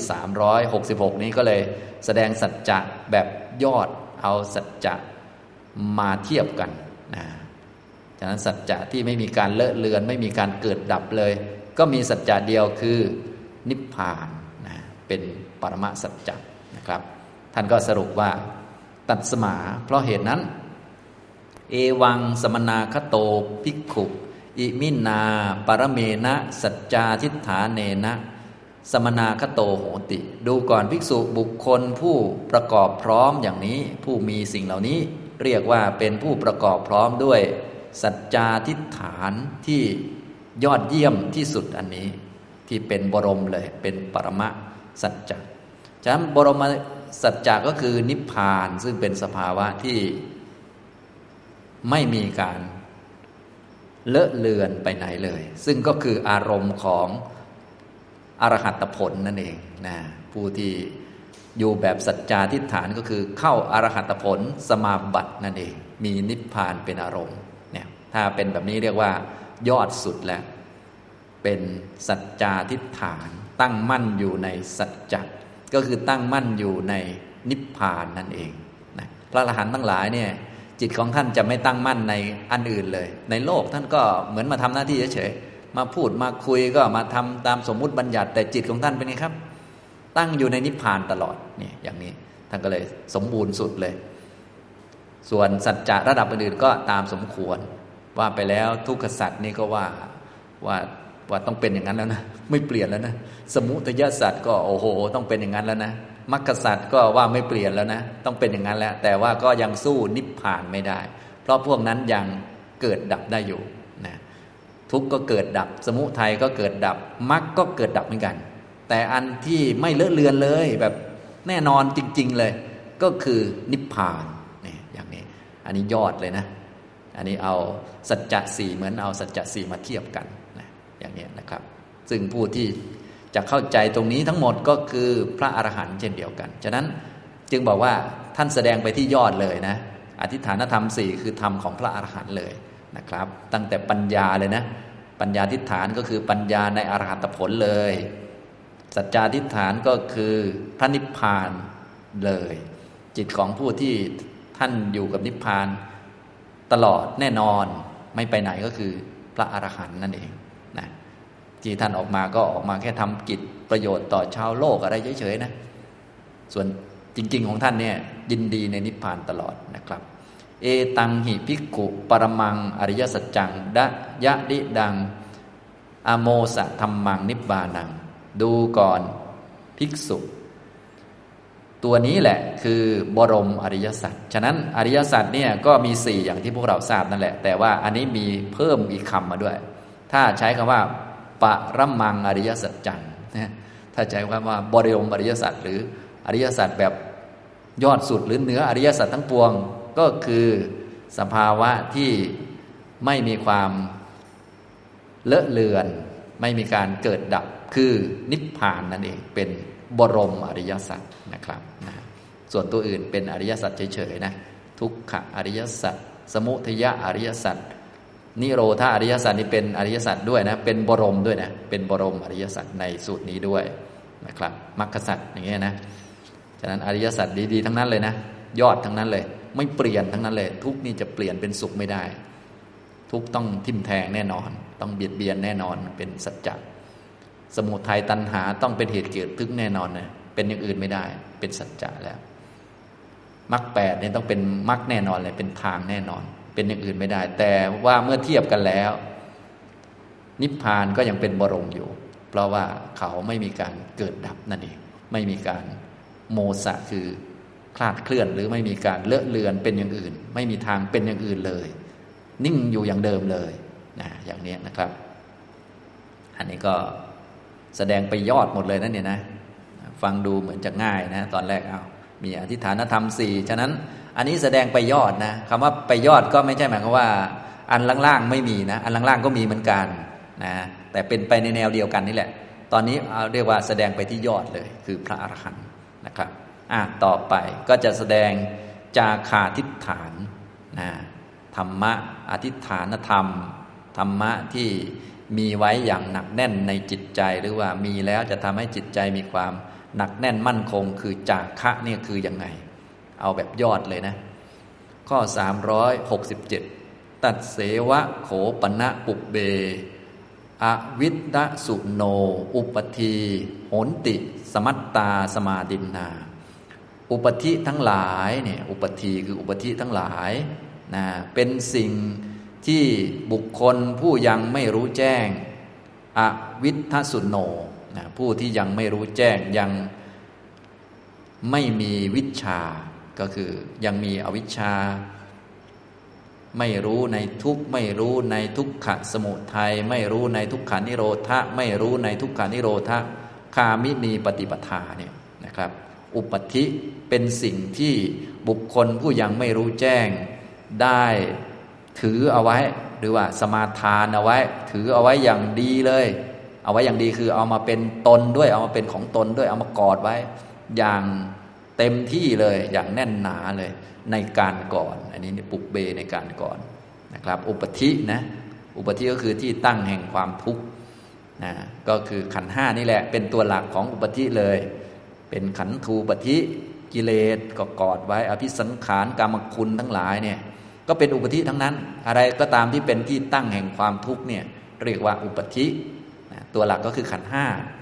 366นี้ก็เลยแสดงสัจจะแบบยอดเอาสัจจะมาเทียบกันฉะนั้นสัจจะที่ไม่มีการเลอะเลือนไม่มีการเกิดดับเลยก็มีสัจจะเดียวคือนิพพานเป็นปรมสัจจะนะครับท่านก็สรุปว่าตัดสมาเพราะเหตุนั้นเอวังสมนาคโตภิกขุอิมินาปรเมนะสัจจาทิฏฐาเนนะสมนาคโตโหติดูก่อนภิกษุบุคคลผู้ประกอบพร้อมอย่างนี้ผู้มีสิ่งเหล่านี้เรียกว่าเป็นผู้ประกอบพร้อมด้วยสัจจาทิฏฐานที่ยอดเยี่ยมที่สุดอันนี้ที่เป็นบรมเลยเป็นปรมสัจจะฉะนั้นบรมสัจจะก็คือนิพพานซึ่งเป็นสภาวะที่ไม่มีการเลอะเลือนไปไหนเลยซึ่งก็คืออารมณ์ของอรหัตผลนั่นเองนะผู้ที่อยู่แบบสัจจาทิฏฐานก็คือเข้าอรหัตผลสมาบัตินั่นเองมีนิพพานเป็นอารมณ์เนี่ยถ้าเป็นแบบนี้เรียกว่ายอดสุดแล้วเป็นสัจจาทิฏฐานตั้งมั่นอยู่ในสัจจะก็คือตั้งมั่นอยู่ในนิพพานนั่นเองนะพระอรหันต์ทั้งหลายเนี่ยจิตของท่านจะไม่ตั้งมั่นในอันอื่นเลยในโลกท่านก็เหมือนมาทำหน้าที่เฉยๆมาพูดมาคุยก็มาทำตามสมมุติบัญญัติแต่จิตของท่านเป็นไงครับตั้งอยู่ในนิพพานตลอดนี่อย่างนี้ท่านก็เลยสมบูรณ์สุดเลยส่วนสัจจะระดับอื่นๆก็ตามสมควรว่าไปแล้วทุกขสัจนี่ก็ว่าต้องเป็นอย่างนั้นแล้วนะไม่เปลี่ยนแล้วนะสมุทัยสัจก็โอ้โหต้องเป็นอย่างนั้นแล้วนะมรรคสัจก็ว่าไม่เปลี่ยนแล้วนะต้องเป็นอย่างนั้นแล้วแต่ว่าก็ยังสู้นิพพานไม่ได้เพราะพวกนั้นยังเกิดดับได้อยู่นะทุกข์ก็เกิดดับสมุทัยก็เกิดดับมรรคก็เกิดดับเหมือนกันแต่อันที่ไม่เลอะเลือนเลยแบบแน่นอนจริงๆเลยก็คือนิพพานนี่อย่างนี้อันนี้ยอดเลยนะอันนี้เอาสัจจะสี่เหมือนเอาสัจจะสี่มาเทียบกันนะอย่างนี้นะครับซึ่งผู้ที่จะเข้าใจตรงนี้ทั้งหมดก็คือพระอรหันต์เช่นเดียวกันฉะนั้นจึงบอกว่าท่านแสดงไปที่ยอดเลยนะอธิฐานธรรมสี่คือธรรมของพระอรหันต์เลยนะครับตั้งแต่ปัญญาเลยนะปัญญาทิฏฐานก็คือปัญญาในอรหัตผลเลยสัจจาทิฏฐานก็คือพระนิพพานเลยจิตของผู้ที่ท่านอยู่กับนิพพานตลอดแน่นอนไม่ไปไหนก็คือพระอรหันต์นั่นเองนะที่ท่านออกมาก็ออกมาแค่ทำกิจประโยชน์ต่อชาวโลกอะไรเฉยๆนะส่วนจริงๆของท่านเนี่ยยินดีในนิพพานตลอดนะครับเอตังหิภิกขุปรมังอริยสัจจังดะยะดิดังอโมสะธัมมังนิบบานังดูก่อนภิกษุตัวนี้แหละคือบรมอริยสัจฉะนั้นอริยสัจเนี่ยก็มี4อย่างที่พวกเราทราบนั่นแหละแต่ว่าอันนี้มีเพิ่มอีกคำมาด้วยถ้าใช้คำว่าปรมังอริยสัจจังถ้าใช้คำว่าบรมอริยสัจหรืออริยสัจแบบยอดสุดหรือเหนืออริยสัจทั้งปวงก็คือสภาวะที่ไม่มีความเลอะเลือนไม่มีการเกิดดับคือนิพพานนั่นเองเป็นบรมอริยสัจนะครับส่วนตัวอื่นเป็นอริยสัจเฉยๆนะทุกขอริยสัจสมุทัยอริยสัจนิโรธาอริยสัจนี่เป็นอริยสัจด้วยนะเป็นบรมด้วยนะเป็นบรมอริยสัจในสูตรนี้ด้วยนะครับมรรคสัจอย่างเงี้ยนะฉะนั้นอริยสัจดีๆทั้งนั้นเลยนะยอดทั้งนั้นเลยไม่เปลี่ยนทั้งนั้นเลยทุกนี่จะเปลี่ยนเป็นสุขไม่ได้ทุกต้องทิ่มแทงแน่นอนต้องเบียดเบียนแน่นอนเป็นสัจจะสมุทัยตัณหาต้องเป็นเหตุเกิดทุกข์แน่นอนนะเป็นอย่างอื่นไม่ได้เป็นสัจจะแล้วมรรคแปดเนี่ยต้องเป็นมรรคแน่นอนเลยเป็นทางแน่นอนเป็นอย่างอื่นไม่ได้แต่ว่าเมื่อเทียบกันแล้วนิพพานก็ยังเป็นบรมอยู่เพราะว่าเขาไม่มีการเกิดดับนั่นเองไม่มีการโมสะคือคลาดเคลื่อนหรือไม่มีการเลอะเลือนเป็นอย่างอื่นไม่มีทางเป็นอย่างอื่นเลยนิ่งอยู่อย่างเดิมเลยนะอย่างนี้นะครับอันนี้ก็แสดงไปยอดหมดเลยนั่นเนี่ยนะฟังดูเหมือนจะง่ายนะตอนแรกมีอธิฐานธรรม4ฉะนั้นอันนี้แสดงไปยอดนะคำว่าไปยอดก็ไม่ใช่หมายความว่าอันล่างๆไม่มีนะอันล่างๆก็มีเหมือนกันนะแต่เป็นไปในแนวเดียวกันนี่แหละตอนนี้เรียกว่าแสดงไปที่ยอดเลยคือพระอรหันต์นะครับต่อไปก็จะแสดงจาคาทิฏฐานนะธรรมะอธิฐานธรรมธรรมะที่มีไว้อย่างหนักแน่นในจิตใจหรือว่ามีแล้วจะทำให้จิตใจมีความหนักแน่นมั่นคงคือจาคะนี่คือยังไงเอาแบบยอดเลยนะข้อ367ตัดเสวะโขปณะปุบเบอวิตตสุโนอุปทีโหนติสมัตตาสมาดินนาอุปธิทั้งหลายเนี่ยอุปทีคืออุปธิทั้งหลายนะเป็นสิ่งที่บุคคลผู้ยังไม่รู้แจ้งอวิททสุโนนะผู้ที่ยังไม่รู้แจ้งยังไม่มีวิชชาก็คือยังมีอวิชชาไม่รู้ในทุกข์ไม่รู้ในทุกขสมุทัยไม่รู้ในทุกขานิโรธะไม่รู้ในทุกขานิโรธะคามินีปฏิปทาเนี่ยนะครับอุปธิเป็นสิ่งที่บุคคลผู้ยังไม่รู้แจ้งได้ถือเอาไว้หรือว่าสมาทานเอาไว้ถือเอาไว้อย่างดีเลยเอาไว้อย่างดีคือเอามาเป็นตนด้วยเอามาเป็นของตนด้วยเอามากอดไว้อย่างเต็มที่เลยอย่างแน่นหนาเลยในการก่อนอันนี้ปุบเบในการก่อนนะครับอุปธินะอุปธิก็คือที่ตั้งแห่งความทุกข์นะก็คือขันธ์5นี่แหละเป็นตัวหลักของอุปธิเลยเป็นขันธูปธิกิเลสก็กอดไว้อภิสังขารกามคุณทั้งหลายเนี่ยก็เป็นอุปธิทั้งนั้นอะไรก็ตามที่เป็นที่ตั้งแห่งความทุกข์เนี่ยเรียกว่าอุปธิตัวหลักก็คือขันธ์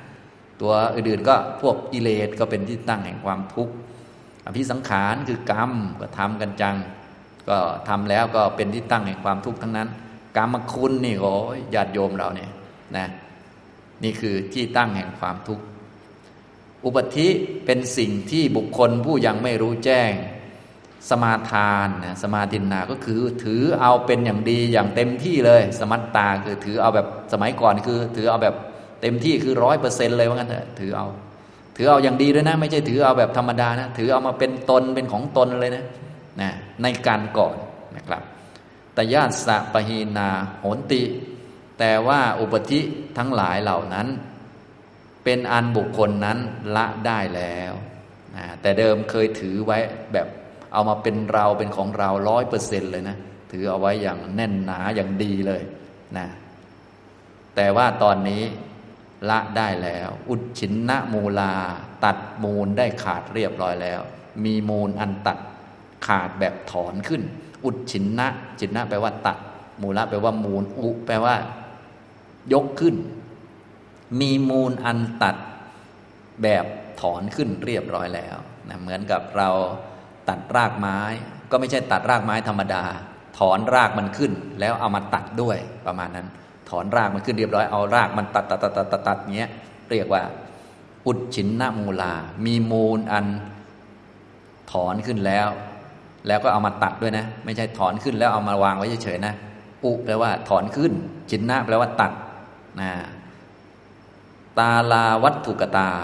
5ตัวอื่นๆก็พวกกิเลสก็เป็นที่ตั้งแห่งความทุกข์อภิสังขารคือกรรมก็ทำกันจังก็ทำแล้วก็เป็นที่ตั้งแห่งความทุกข์ทั้งนั้นกามคุณนี่โอ้ยญาติโยมเราเนี่ยนะนี่คือที่ตั้งแห่งความทุกข์อุปธิเป็นสิ่งที่บุคคลผู้ยังไม่รู้แจ้งสมาทานนะสมาทินนาก็คือถือเอาเป็นอย่างดีอย่างเต็มที่เลยสมัตตาคือถือเอาแบบสมัยก่อนคือถือเอาแบบเต็มที่คือ 100% เลยว่างั้นเถอะถือเอาอย่างดีด้วยนะไม่ใช่ถือเอาแบบธรรมดานะถือเอามาเป็นตนเป็นของตนเลยนะในการก่อนนะครับตญาสะปหีนาโหนติแต่ว่าอุปธิทั้งหลายเหล่านั้นเป็นอันบุคคลนั้นละได้แล้วแต่เดิมเคยถือไว้แบบเอามาเป็นเราเป็นของเรา 100% เลยนะถือเอาไว้อย่างแน่นหนาอย่างดีเลยนะแต่ว่าตอนนี้ละได้แล้วอุดฉินนะมูลาตัดมูลได้ขาดเรียบร้อยแล้วมีมูลอันตัดขาดแบบถอนขึ้นอุดฉินนะฉินนะแปลว่าตัดมูละแปลว่ามูลอุแปลว่ายกขึ้นมีมูลอันตัดแบบถอนขึ้นเรียบร้อยแล้วนะเหมือนกับเราตัดรากไม้ก็ไม่ใช่ตัดรากไม้ธรรมดาถอนรากมันขึ้นแล้วเอามาตัดด้วยประมาณนั้นถอนรากมันขึ้นเรียบร้อยเอารากมันตัดเงี้ยเรียกว่าอุดฉินนะมูลามีมูลอันถอนขึ้นแล้วก็เอามาตัดด้วยนะไม่ใช่ถอนขึ้นแล้วเอามาวางไว้เฉยๆนะอุแปลว่าถอนขึ้นฉินนะแปลว่าตัดตาลาวัตถุกตา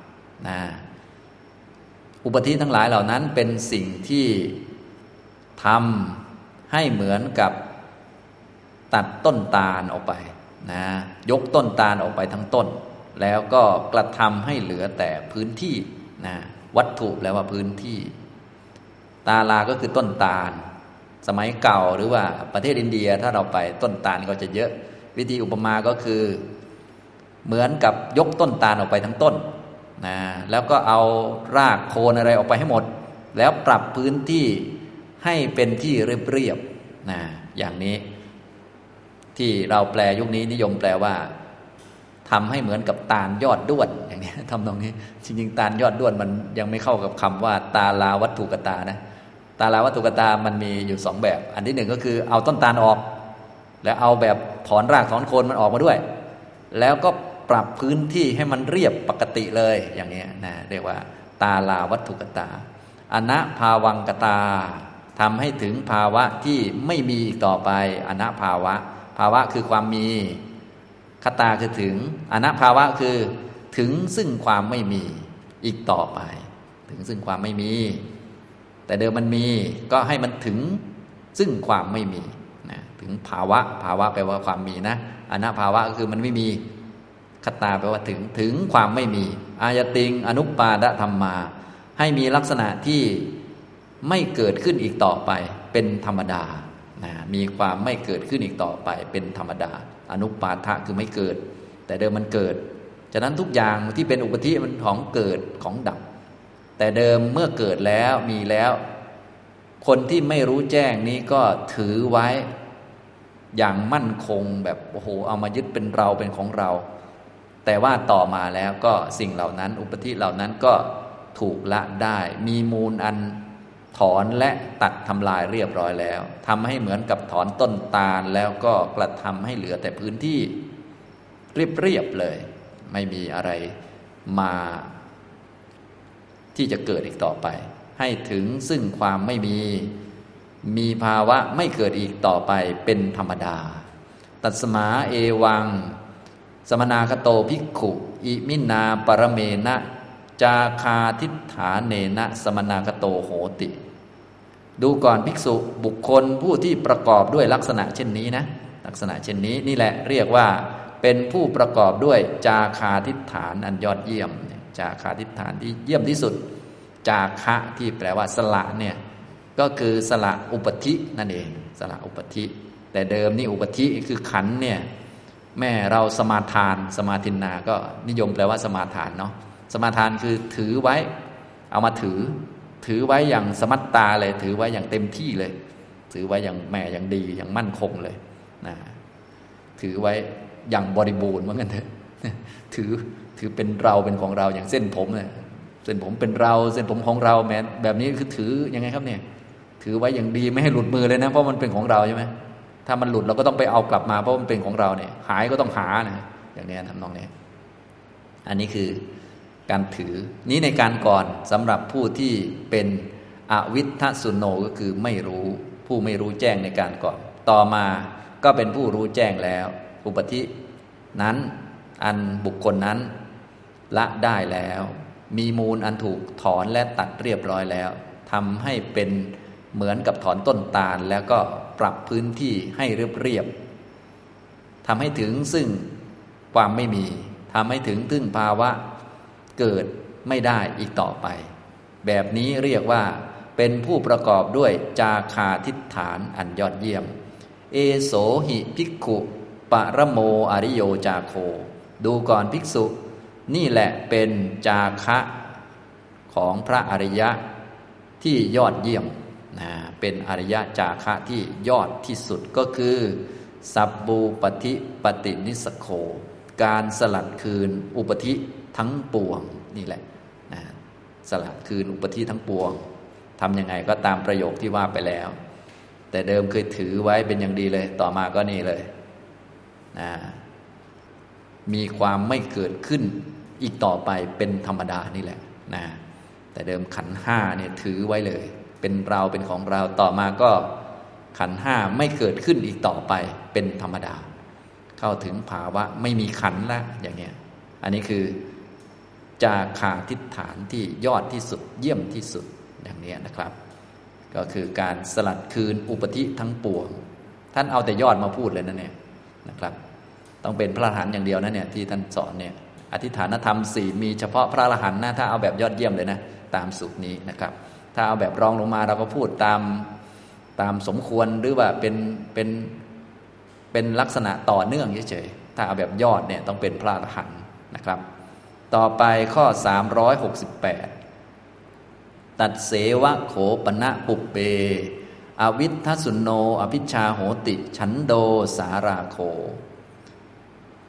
อุปธิทั้งหลายเหล่านั้นเป็นสิ่งที่ทำให้เหมือนกับตัดต้นตาลออกไปยกต้นตาลออกไปทั้งต้นแล้วก็กระทำให้เหลือแต่พื้นที่วัตถุแปลว่าพื้นที่ตาลาก็คือต้นตาลสมัยเก่าหรือว่าประเทศอินเดียถ้าเราไปต้นตาลก็จะเยอะวิธีอุปมาก็คือเหมือนกับยกต้นตาลออกไปทั้งต้นแล้วก็เอารากโคนอะไรออกไปให้หมดแล้วปรับพื้นที่ให้เป็นที่เรียบๆอย่างนี้ที่เราแปลยุคนี้นิยมแปลว่าททำให้เหมือนกับตาลยอดด้วนอย่างนี้ทำตรงนี้จริงๆตาลยอดด้วนมันยังไม่เข้ากับคำว่าตาลาวัตถุกตานะตาลาวัตถุกตามันมีอยู่สองแบบอันที่หนึ่งก็คือเอาต้นตาลออกแล้วเอาแบบถอนรากถอนโคนมันออกมาด้วยแล้วก็ปรับพื้นที่ให้มันเรียบปกติเลยอย่างนี้นะเรียกว่าตาลาวัตถุกตาอนะภาวังกตาทำให้ถึงภาวะที่ไม่มีอีกต่อไปอนะภาวะภาวะคือความมีคตาคือถึงอนะภาวะคือถึงซึ่งความไม่มีอีกต่อไปถึงซึ่งความไม่มีแต่เดิมมันมีก็ให้มันถึงซึ่งความไม่มีนะถึงภาวะภาวะแปลว่าความมีนะอนะภาวะก็คือมันไม่มีคตาแปลว่าถึงความไม่มีอายติงอนุปปาดธรรมาให้มีลักษณะที่ไม่เกิดขึ้นอีกต่อไปเป็นธรรมดานะมีความไม่เกิดขึ้นอีกต่อไปเป็นธรรมดาอนุปาทะคือไม่เกิดแต่เดิมมันเกิดฉะนั้นทุกอย่างที่เป็นอุปธิมันของเกิดของดับแต่เดิมเมื่อเกิดแล้วมีแล้วคนที่ไม่รู้แจ้งนี้ก็ถือไว้อย่างมั่นคงแบบโอ้โหเอามายึดเป็นเราเป็นของเราแต่ว่าต่อมาแล้วก็สิ่งเหล่านั้นอุปธิเหล่านั้นก็ถูกละได้มีมูลอันถอนและตัดทำลายเรียบร้อยแล้วทำให้เหมือนกับถอนต้นตาลแล้วก็กระทำให้เหลือแต่พื้นที่เรียบเลยไม่มีอะไรมาที่จะเกิดอีกต่อไปให้ถึงซึ่งความไม่มีภาวะไม่เกิดอีกต่อไปเป็นธรรมดาตัสมาเอวังสมนาคโตภิกขุอิมินาปรเมนะจาคาทิฏฐานเนนะสมนาคโตโหติดูก่อนภิกษุบุคคลผู้ที่ประกอบด้วยลักษณะเช่นนี้นะลักษณะเช่นนี้นี่แหละเรียกว่าเป็นผู้ประกอบด้วยจาคาทิฏฐานอันยอดเยี่ยมจาคาทิฏฐานที่เยี่ยมที่สุดจาคะที่แปลว่าสละเนี่ยก็คือสละอุปธินั่นเองสละอุปธิแต่เดิมนี่อุปธิคือขันเนี่ยแม่เราสมาทานสมาทินนาก็นิยมแปลว่าสมาทานเนาะสมาทานคือถือไว้เอามาถือไว้อย่างสมัตตาเลยถือไว้อย่างเต็มที่เลยถือไว้อย่างแม่อย่างดีอย่างมั่นคงเลยนะถือไว้อย่างบริบูรณ์เหมือนกันเถอะถือเป็นเราเป็นของเราอย่างเส้นผมเนี่ยเส้นผมเป็นเราเส้นผมของเราแม้แบบนี้คือถือยังไงครับเนี่ยถือไว้อย่างดีไม่ให้หลุดมือเลยนะเพราะมันเป็นของเราใช่ไหมถ้ามันหลุดเราก็ต้องไปเอากลับมาเพราะมันเป็นของเราเนี่ยหายก็ต้องหานะอย่างนี้ทำนองนี้อันนี้คือการถือนี้ในการก่อนสำหรับผู้ที่เป็นอวิทธสุโนก็คือไม่รู้ผู้ไม่รู้แจ้งในการก่อนต่อมาก็เป็นผู้รู้แจ้งแล้วอุปธินั้นอันบุคคลนั้นละได้แล้วมีมูลอันถูกถอนและตัดเรียบร้อยแล้วทำให้เป็นเหมือนกับถอนต้นตาลแล้วก็ปรับพื้นที่ให้เรียบทำให้ถึงซึ่งความไม่มีทำให้ถึงภาวะเกิดไม่ได้อีกต่อไปแบบนี้เรียกว่าเป็นผู้ประกอบด้วยจาคาทิฏฐานอันยอดเยี่ยมเอโสหิภิกขุปะระโมอริโยจาโคดูก่อนภิกษุนี่แหละเป็นจาคะของพระอริยะที่ยอดเยี่ยมนะเป็นอริยะจาคะที่ยอดที่สุดก็คือสัพบูปฏิปฏินิสโขการสลัดคืนอุปธิทั้งปวงนี่แหละนะสลัดคืนอุปธิทั้งปวงทำยังไงก็ตามประโยคที่ว่าไปแล้วแต่เดิมเคยถือไว้เป็นอย่างดีเลยต่อมาก็นี่เลยนะมีความไม่เกิดขึ้นอีกต่อไปเป็นธรรมดานี่แหละนะแต่เดิมขันธ์ห้าเนี่ยถือไว้เลยเป็นเราเป็นของเราต่อมาก็ขันธ์ห้าไม่เกิดขึ้นอีกต่อไปเป็นธรรมดาเข้าถึงภาวะไม่มีขันธ์ละอย่างเนี้ยอันนี้คือจาคาทิฏฐานที่ยอดที่สุดเยี่ยมที่สุดอย่างนี้นะครับก็คือการสลัดคืนอุปธิทั้งปวงท่านเอาแต่ยอดมาพูดเลยนะเนี่ยนะครับต้องเป็นพระอรหันต์อย่างเดียวนะเนี่ยที่ท่านสอนเนี่ยอธิฐานธรรมสี่มีเฉพาะพระอรหันต์นะถ้าเอาแบบยอดเยี่ยมเลยนะตามสูตรนี้นะครับถ้าเอาแบบรองลงมาเราก็พูดตามสมควรหรือว่าเป็นลักษณะต่อเนื่องเฉยๆถ้าเอาแบบยอดเนี่ยต้องเป็นพระอรหันต์นะครับต่อไปข้อ368ตัดเสวะโขปนะปุปเปอวิทธสุโนอภิชฌาโหติฉันโดสาราโค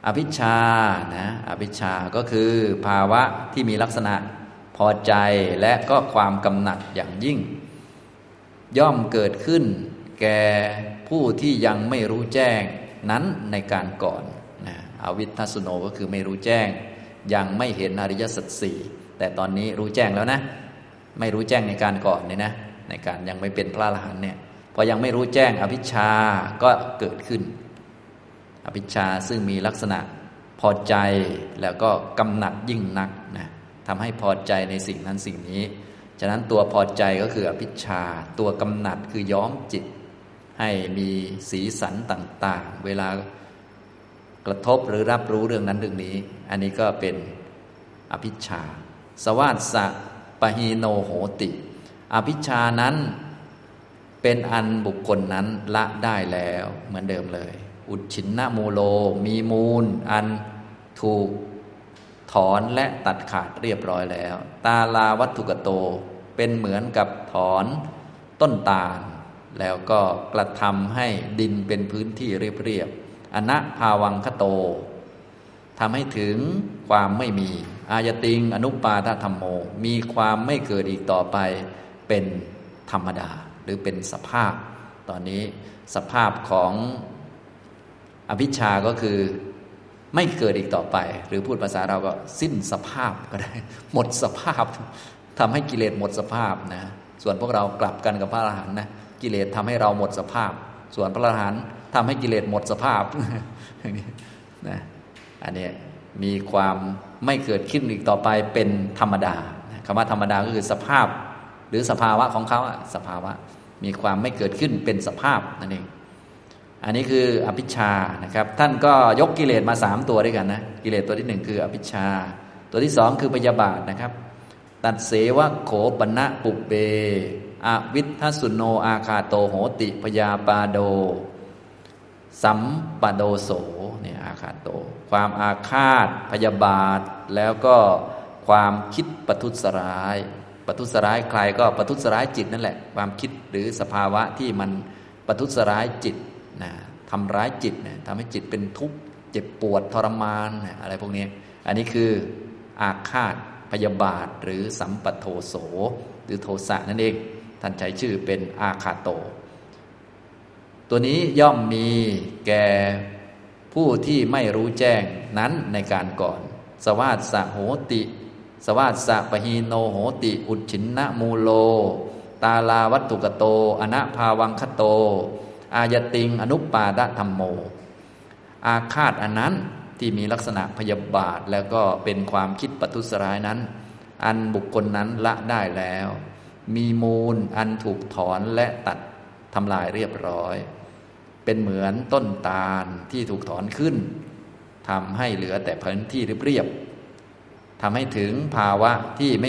อภิชฌานะอภิชฌาก็คือภาวะที่มีลักษณะพอใจและก็ความกำหนัดอย่างยิ่งย่อมเกิดขึ้นแก่ผู้ที่ยังไม่รู้แจ้งนั้นในการก่อนนะอวิททัสสุโนก็คือไม่รู้แจ้งยังไม่เห็นอริยสัจสี่แต่ตอนนี้รู้แจ้งแล้วนะไม่รู้แจ้งในการก่อนเนี่ยนะในการยังไม่เป็นพระอรหันต์เนี่ยพอยังไม่รู้แจ้งอภิชฌาก็เกิดขึ้นอภิชฌาซึ่งมีลักษณะพอใจแล้วก็กำหนัดยิ่งนักนะทำให้พอใจในสิ่งนั้นสิ่งนี้ฉะนั้นตัวพอใจก็คืออภิชฌาตัวกำหนัดคือย้อมจิตให้มีสีสันต่างๆเวลากระทบหรือรับรู้เรื่องนั้นเรื่องนี้อันนี้ก็เป็นอภิชฌาสวาสสะปหีโนโหติอภิชฌานั้นเป็นอันบุคคลนั้นละได้แล้วเหมือนเดิมเลยอุจฉินนมูโลมีมูลอันถูกถอนและตัดขาดเรียบร้อยแล้วตาลาวัตถุกโตเป็นเหมือนกับถอนต้นตาลแล้วก็กระทำให้ดินเป็นพื้นที่เรียบๆอนะภาวังคโตทำให้ถึงความไม่มีอายติงอนุปาทธรรมโมมีความไม่เกิดอีกต่อไปเป็นธรรมดาหรือเป็นสภาพตอนนี้สภาพของอภิชฌาก็คือไม่เกิดอีกต่อไปหรือพูดภาษาเราก็สิ้นสภาพก็ได้หมดสภาพทำให้กิเลสหมดสภาพนะส่วนพวกเรากลับกันกับพระอรหันต์นะกิเลสทำให้เราหมดสภาพส่วนพระอรหันต์ทำให้กิเลสหมดสภาพอย่างนี้นะอันนี้มีความไม่เกิดขึ้นอีกต่อไปเป็นธรรมดาคำว่าธรรมดาก็คือสภาพหรือสภาวะของเขาสภาวะมีความไม่เกิดขึ้นเป็นสภาพนั่นเองอันนี้คืออภิชฌานะครับท่านก็ยกกิเลสมา3ตัวด้วยกันนะกิเลสตัวที่1คืออภิชฌาตัวที่2คือพยาบาทนะครับตัดเสวะโขปณะปุเบอวิททัสสุโนอาคาโตโหติพยาปาโดสัมปโดโสเนี่ยอาคาโตความอาฆาตพยาบาทแล้วก็ความคิดประทุษร้ายประทุษร้ายใครก็ประทุษร้ายจิตนั่นแหละความคิดหรือสภาวะที่มันประทุษร้ายจิตนะทำร้ายจิตนะทำให้จิตเป็นทุกข์เจ็บปวดทรมานนะอะไรพวกนี้อันนี้คืออาฆาตพยาบาทหรือสัมปโทโสหรือโทสะนั่นเองท่านใช้ชื่อเป็นอาคาโตตัวนี้ย่อมมีแก่ผู้ที่ไม่รู้แจ้งนั้นในการก่อนสวาสสะโหติสวาสสะปหีโนโหติอุจฉินนมูโลตาลาวัตถุกโตอนะภาวังคโตอายติงอนุปาทธรรมโมอาฆาตอันนั้นที่มีลักษณะพยาบาทแล้วก็เป็นความคิดประทุษร้ายนั้นอันบุคคลนั้นละได้แล้วมีมูลอันถูกถอนและตัดทำลายเรียบร้อยเป็นเหมือนต้นตาลที่ถูกถอนขึ้นทำให้เหลือแต่พื้นที่เรียบๆทำให้ถึงภาวะที่ไม่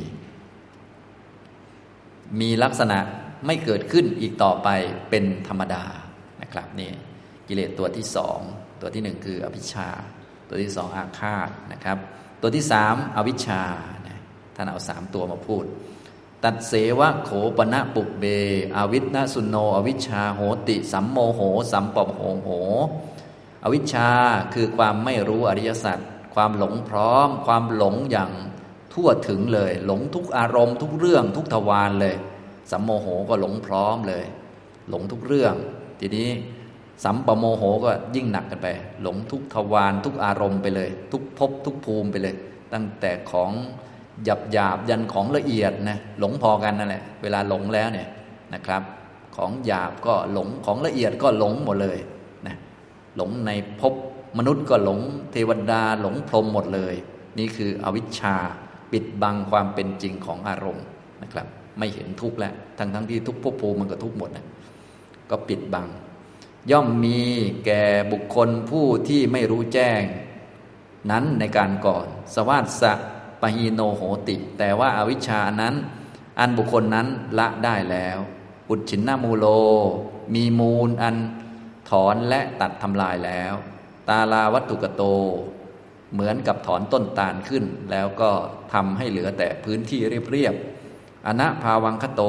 มีลักษณะไม่เกิดขึ้นอีกต่อไปเป็นธรรมดานะครับนี่กิเลสตัวที่2ตัวที่1คืออภิชฌาตัวที่2อาฆาตนะครับตัวที่3อวิชชาท่านเอา3ตัวมาพูดตัดเสวะโขปณะปุเบอวิทนาสุโนอวิชชาโหติสัมโมโหสัมปโหโหอวิชชาคือความไม่รู้อริยสัจความหลงพร้อมความหลงอย่างทั่วถึงเลยหลงทุกอารมณ์ทุกเรื่องทุกทวารเลยสัมโมโหก็หลงพร้อมเลยหลงทุกเรื่องทีนี้สัมปโมโหก็ยิ่งหนักกันไปหลงทุกทวารทุกอารมณ์ไปเลยทุกภพทุกภูมิไปเลยตั้งแต่ของหยาบยันของละเอียดนะหลงพอกันนั่นแหละเวลาหลงแล้วเนี่ยนะครับของหยาบก็หลงของละเอียดก็หลงหมดเลยนะหลงในภพมนุษย์ก็หลงเทวดาหลงพรหมหมดเลยนี่คืออวิชชาปิดบังความเป็นจริงของอารมณ์นะครับไม่เห็นทุกข์แล้วทั้งที่ทุกภพภูมิมันก็ทุกข์หมดนะก็ปิดบังย่อมมีแก่บุคคลผู้ที่ไม่รู้แจ้งนั้นในการก่อนสวาสสะปหีโนโหติแต่ว่าอาวิชชานั้นอันบุคคลนั้นละได้แล้วอุจฉินนมูโลมีมูลอันถอนและตัดทำลายแล้วตาลาวัตถุกโตเหมือนกับถอนต้นตาลขึ้นแล้วก็ทำให้เหลือแต่พื้นที่เรียบๆอนะภาวังคโต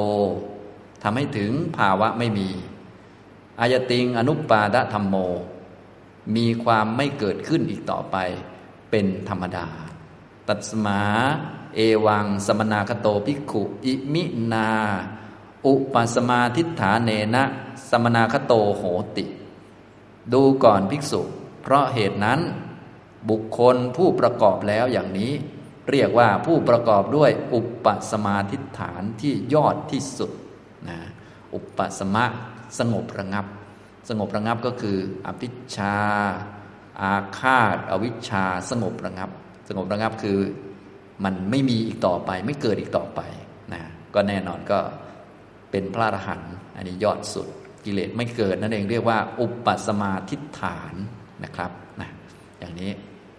ทำให้ถึงภาวะไม่มีอายติงอนุปาทธรรมโมมีความไม่เกิดขึ้นอีกต่อไปเป็นธรรมดาตัสมาเอวังสมนาคโตภิกขุอิมินาอุปสมาทิฏฐาเนนะสมนาคโตโหติดูก่อนภิกษุเพราะเหตุนั้นบุคคลผู้ประกอบแล้วอย่างนี้เรียกว่าผู้ประกอบด้วยอุปสมาทิฏฐานที่ยอดที่สุดนะอุปสมะสงบระงับสงบระงับก็คืออภิชฌาอาฆาตอวิชชาสงบระงับสงบระงับคือมันไม่มีอีกต่อไปไม่เกิดอีกต่อไปนะก็แน่นอนก็เป็นพระอรหันต์อันนี้ยอดสุดกิเลสไม่เกิดนั่นเองเรียกว่าอุปสมาทิฏฐานนะครับนะอย่างนี้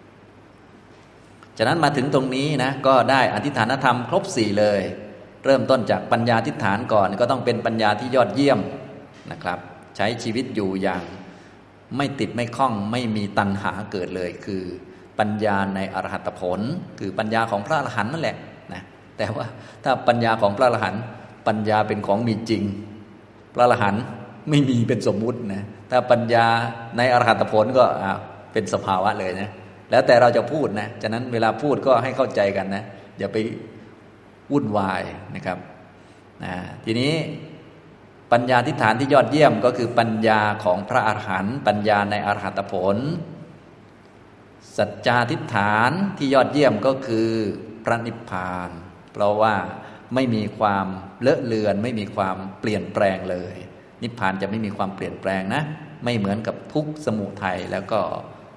ฉะนั้นมาถึงตรงนี้นะก็ได้อธิฐานธรรมครบ4เลยเริ่มต้นจากปัญญาทิฏฐานก่อนก็ต้องเป็นปัญญาที่ยอดเยี่ยมนะครับใช้ชีวิตอยู่อย่างไม่ติดไม่คล้องไม่มีตัณหาเกิดเลยคือปัญญาในอรหัตผลคือปัญญาของพระอรหันต์นั่นแหละนะแต่ว่าถ้าปัญญาของพระอรหันต์ปัญญาเป็นของมีจริงพระอรหันต์ไม่มีเป็นสมมุตินะถ้าปัญญาในอรหัตผลก็เป็นสภาวะเลยนะแล้วแต่เราจะพูดนะฉะนั้นเวลาพูดก็ให้เข้าใจกันนะอย่าไปวุ่นวายนะครับทีนี้ปัญญาทิฏฐานที่ยอดเยี่ยมก็คือปัญญาของพระอรหันต์ปัญญาในอรหัตผลสัจจาทิฏฐานที่ยอดเยี่ยมก็คือพระนิพพานเพราะว่าไม่มีความเลอะเลือนไม่มีความเปลี่ยนแปลงเลยนิพพานจะไม่มีความเปลี่ยนแปลงนะไม่เหมือนกับทุกข์สมุทัยแล้วก็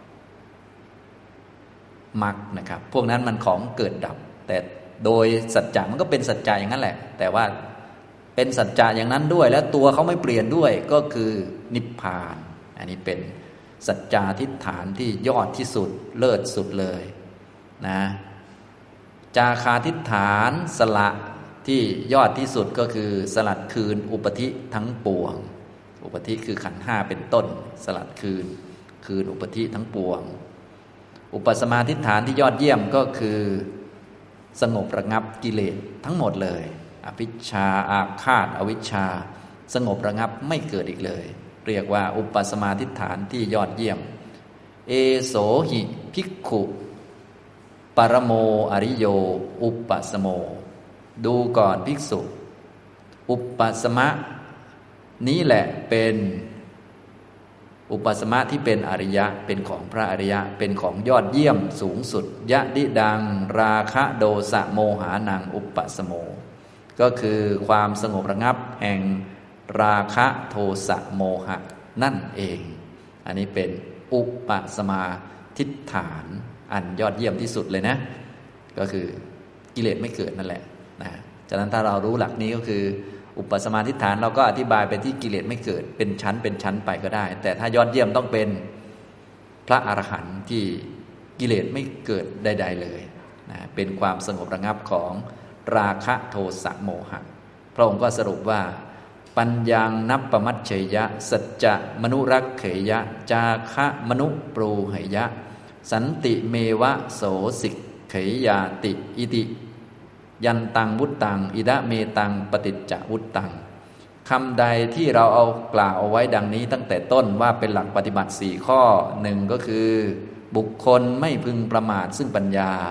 มรรคนะครับพวกนั้นมันของเกิดดับแต่โดยสัจจะมันก็เป็นสัจจะอย่างนั้นแหละแต่ว่าเป็นสัจจะอย่างนั้นด้วยและตัวเขาไม่เปลี่ยนด้วยก็คือนิพพานอันนี้เป็นสัจจาทิฏฐานที่ยอดที่สุดเลิศสุดเลยนะจาคาทิฏฐานสละที่ยอดที่สุดก็คือสลัดคืนอุปธิทั้งปวงอุปธิคือขันธ์5เป็นต้นสลัดคืนอุปธิทั้งปวงอุปสมาทิฏฐานที่ยอดเยี่ยมก็คือสงบระงับกิเลสทั้งหมดเลยอภิชฌาอาฆาตอวิชชาสงบระงับไม่เกิดอีกเลยเรียกว่าอุปสมาทิฏฐานที่ยอดเยี่ยมเอโสหิภิกขุปรโมอริโยอุปสโมดูก่อนภิกษุอุปสมะนี้แหละเป็นอุปสมะที่เป็นอริยะเป็นของพระอริยะเป็นของยอดเยี่ยมสูงสุดยะดิดังราคะโดสะโมหานังอุปสโมก็คือความสงบระงับแห่งราคะโทสะโมหะนั่นเองอันนี้เป็นอุปสมาทิฏฐานอันยอดเยี่ยมที่สุดเลยนะก็คือกิเลสไม่เกิดนั่นแหละนะฉะนั้นถ้าเรารู้หลักนี้ก็คืออุปสมาทิฏฐานเราก็อธิบายไปที่กิเลสไม่เกิดเป็นชั้นไปก็ได้แต่ถ้ายอดเยี่ยมต้องเป็นพระอรหันต์ที่กิเลสไม่เกิดใดๆเลยนะเป็นความสงบระงับของราคะโทสะโมหะพระองค์ก็สรุปว่าปัญญังนัปปมัชเชยะสัจจะมนุรักเขยะจาคะมนุปรูเหยะสันติเมวะโสสิกเขยาติอิติยันตังวุตตังอิดะเมตังปฏิจจวุตตังคำใดที่เราเอากล่าวเอาไว้ดังนี้ตั้งแต่ต้นว่าเป็นหลักปฏิบัติ4ข้อ1ก็คือบุคคลไม่พึงประมาทซึ่งปัญญา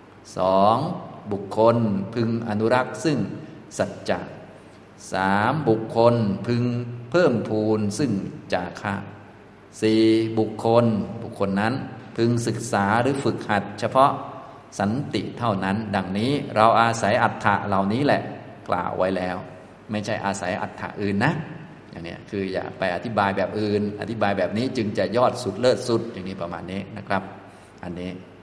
2บุคคลพึงอนุรักษ์ซึ่งสัจจะ3บุคคลพึงเพิ่มพูนซึ่งจาคะ4บุคคลนั้นพึงศึกษาหรือฝึกหัดเฉพาะสันติเท่านั้นดังนี้เราอาศัยอัฏฐะเหล่านี้แหละกล่าวไว้แล้วไม่ใช่อาศัยอัฏฐะอื่นนะอย่างนี้คืออย่าไปอธิบายแบบอื่นอธิบายแบบนี้จึงจะยอดสุดเลิศสุดอย่างนี้ประมาณนี้นะครับอันนี้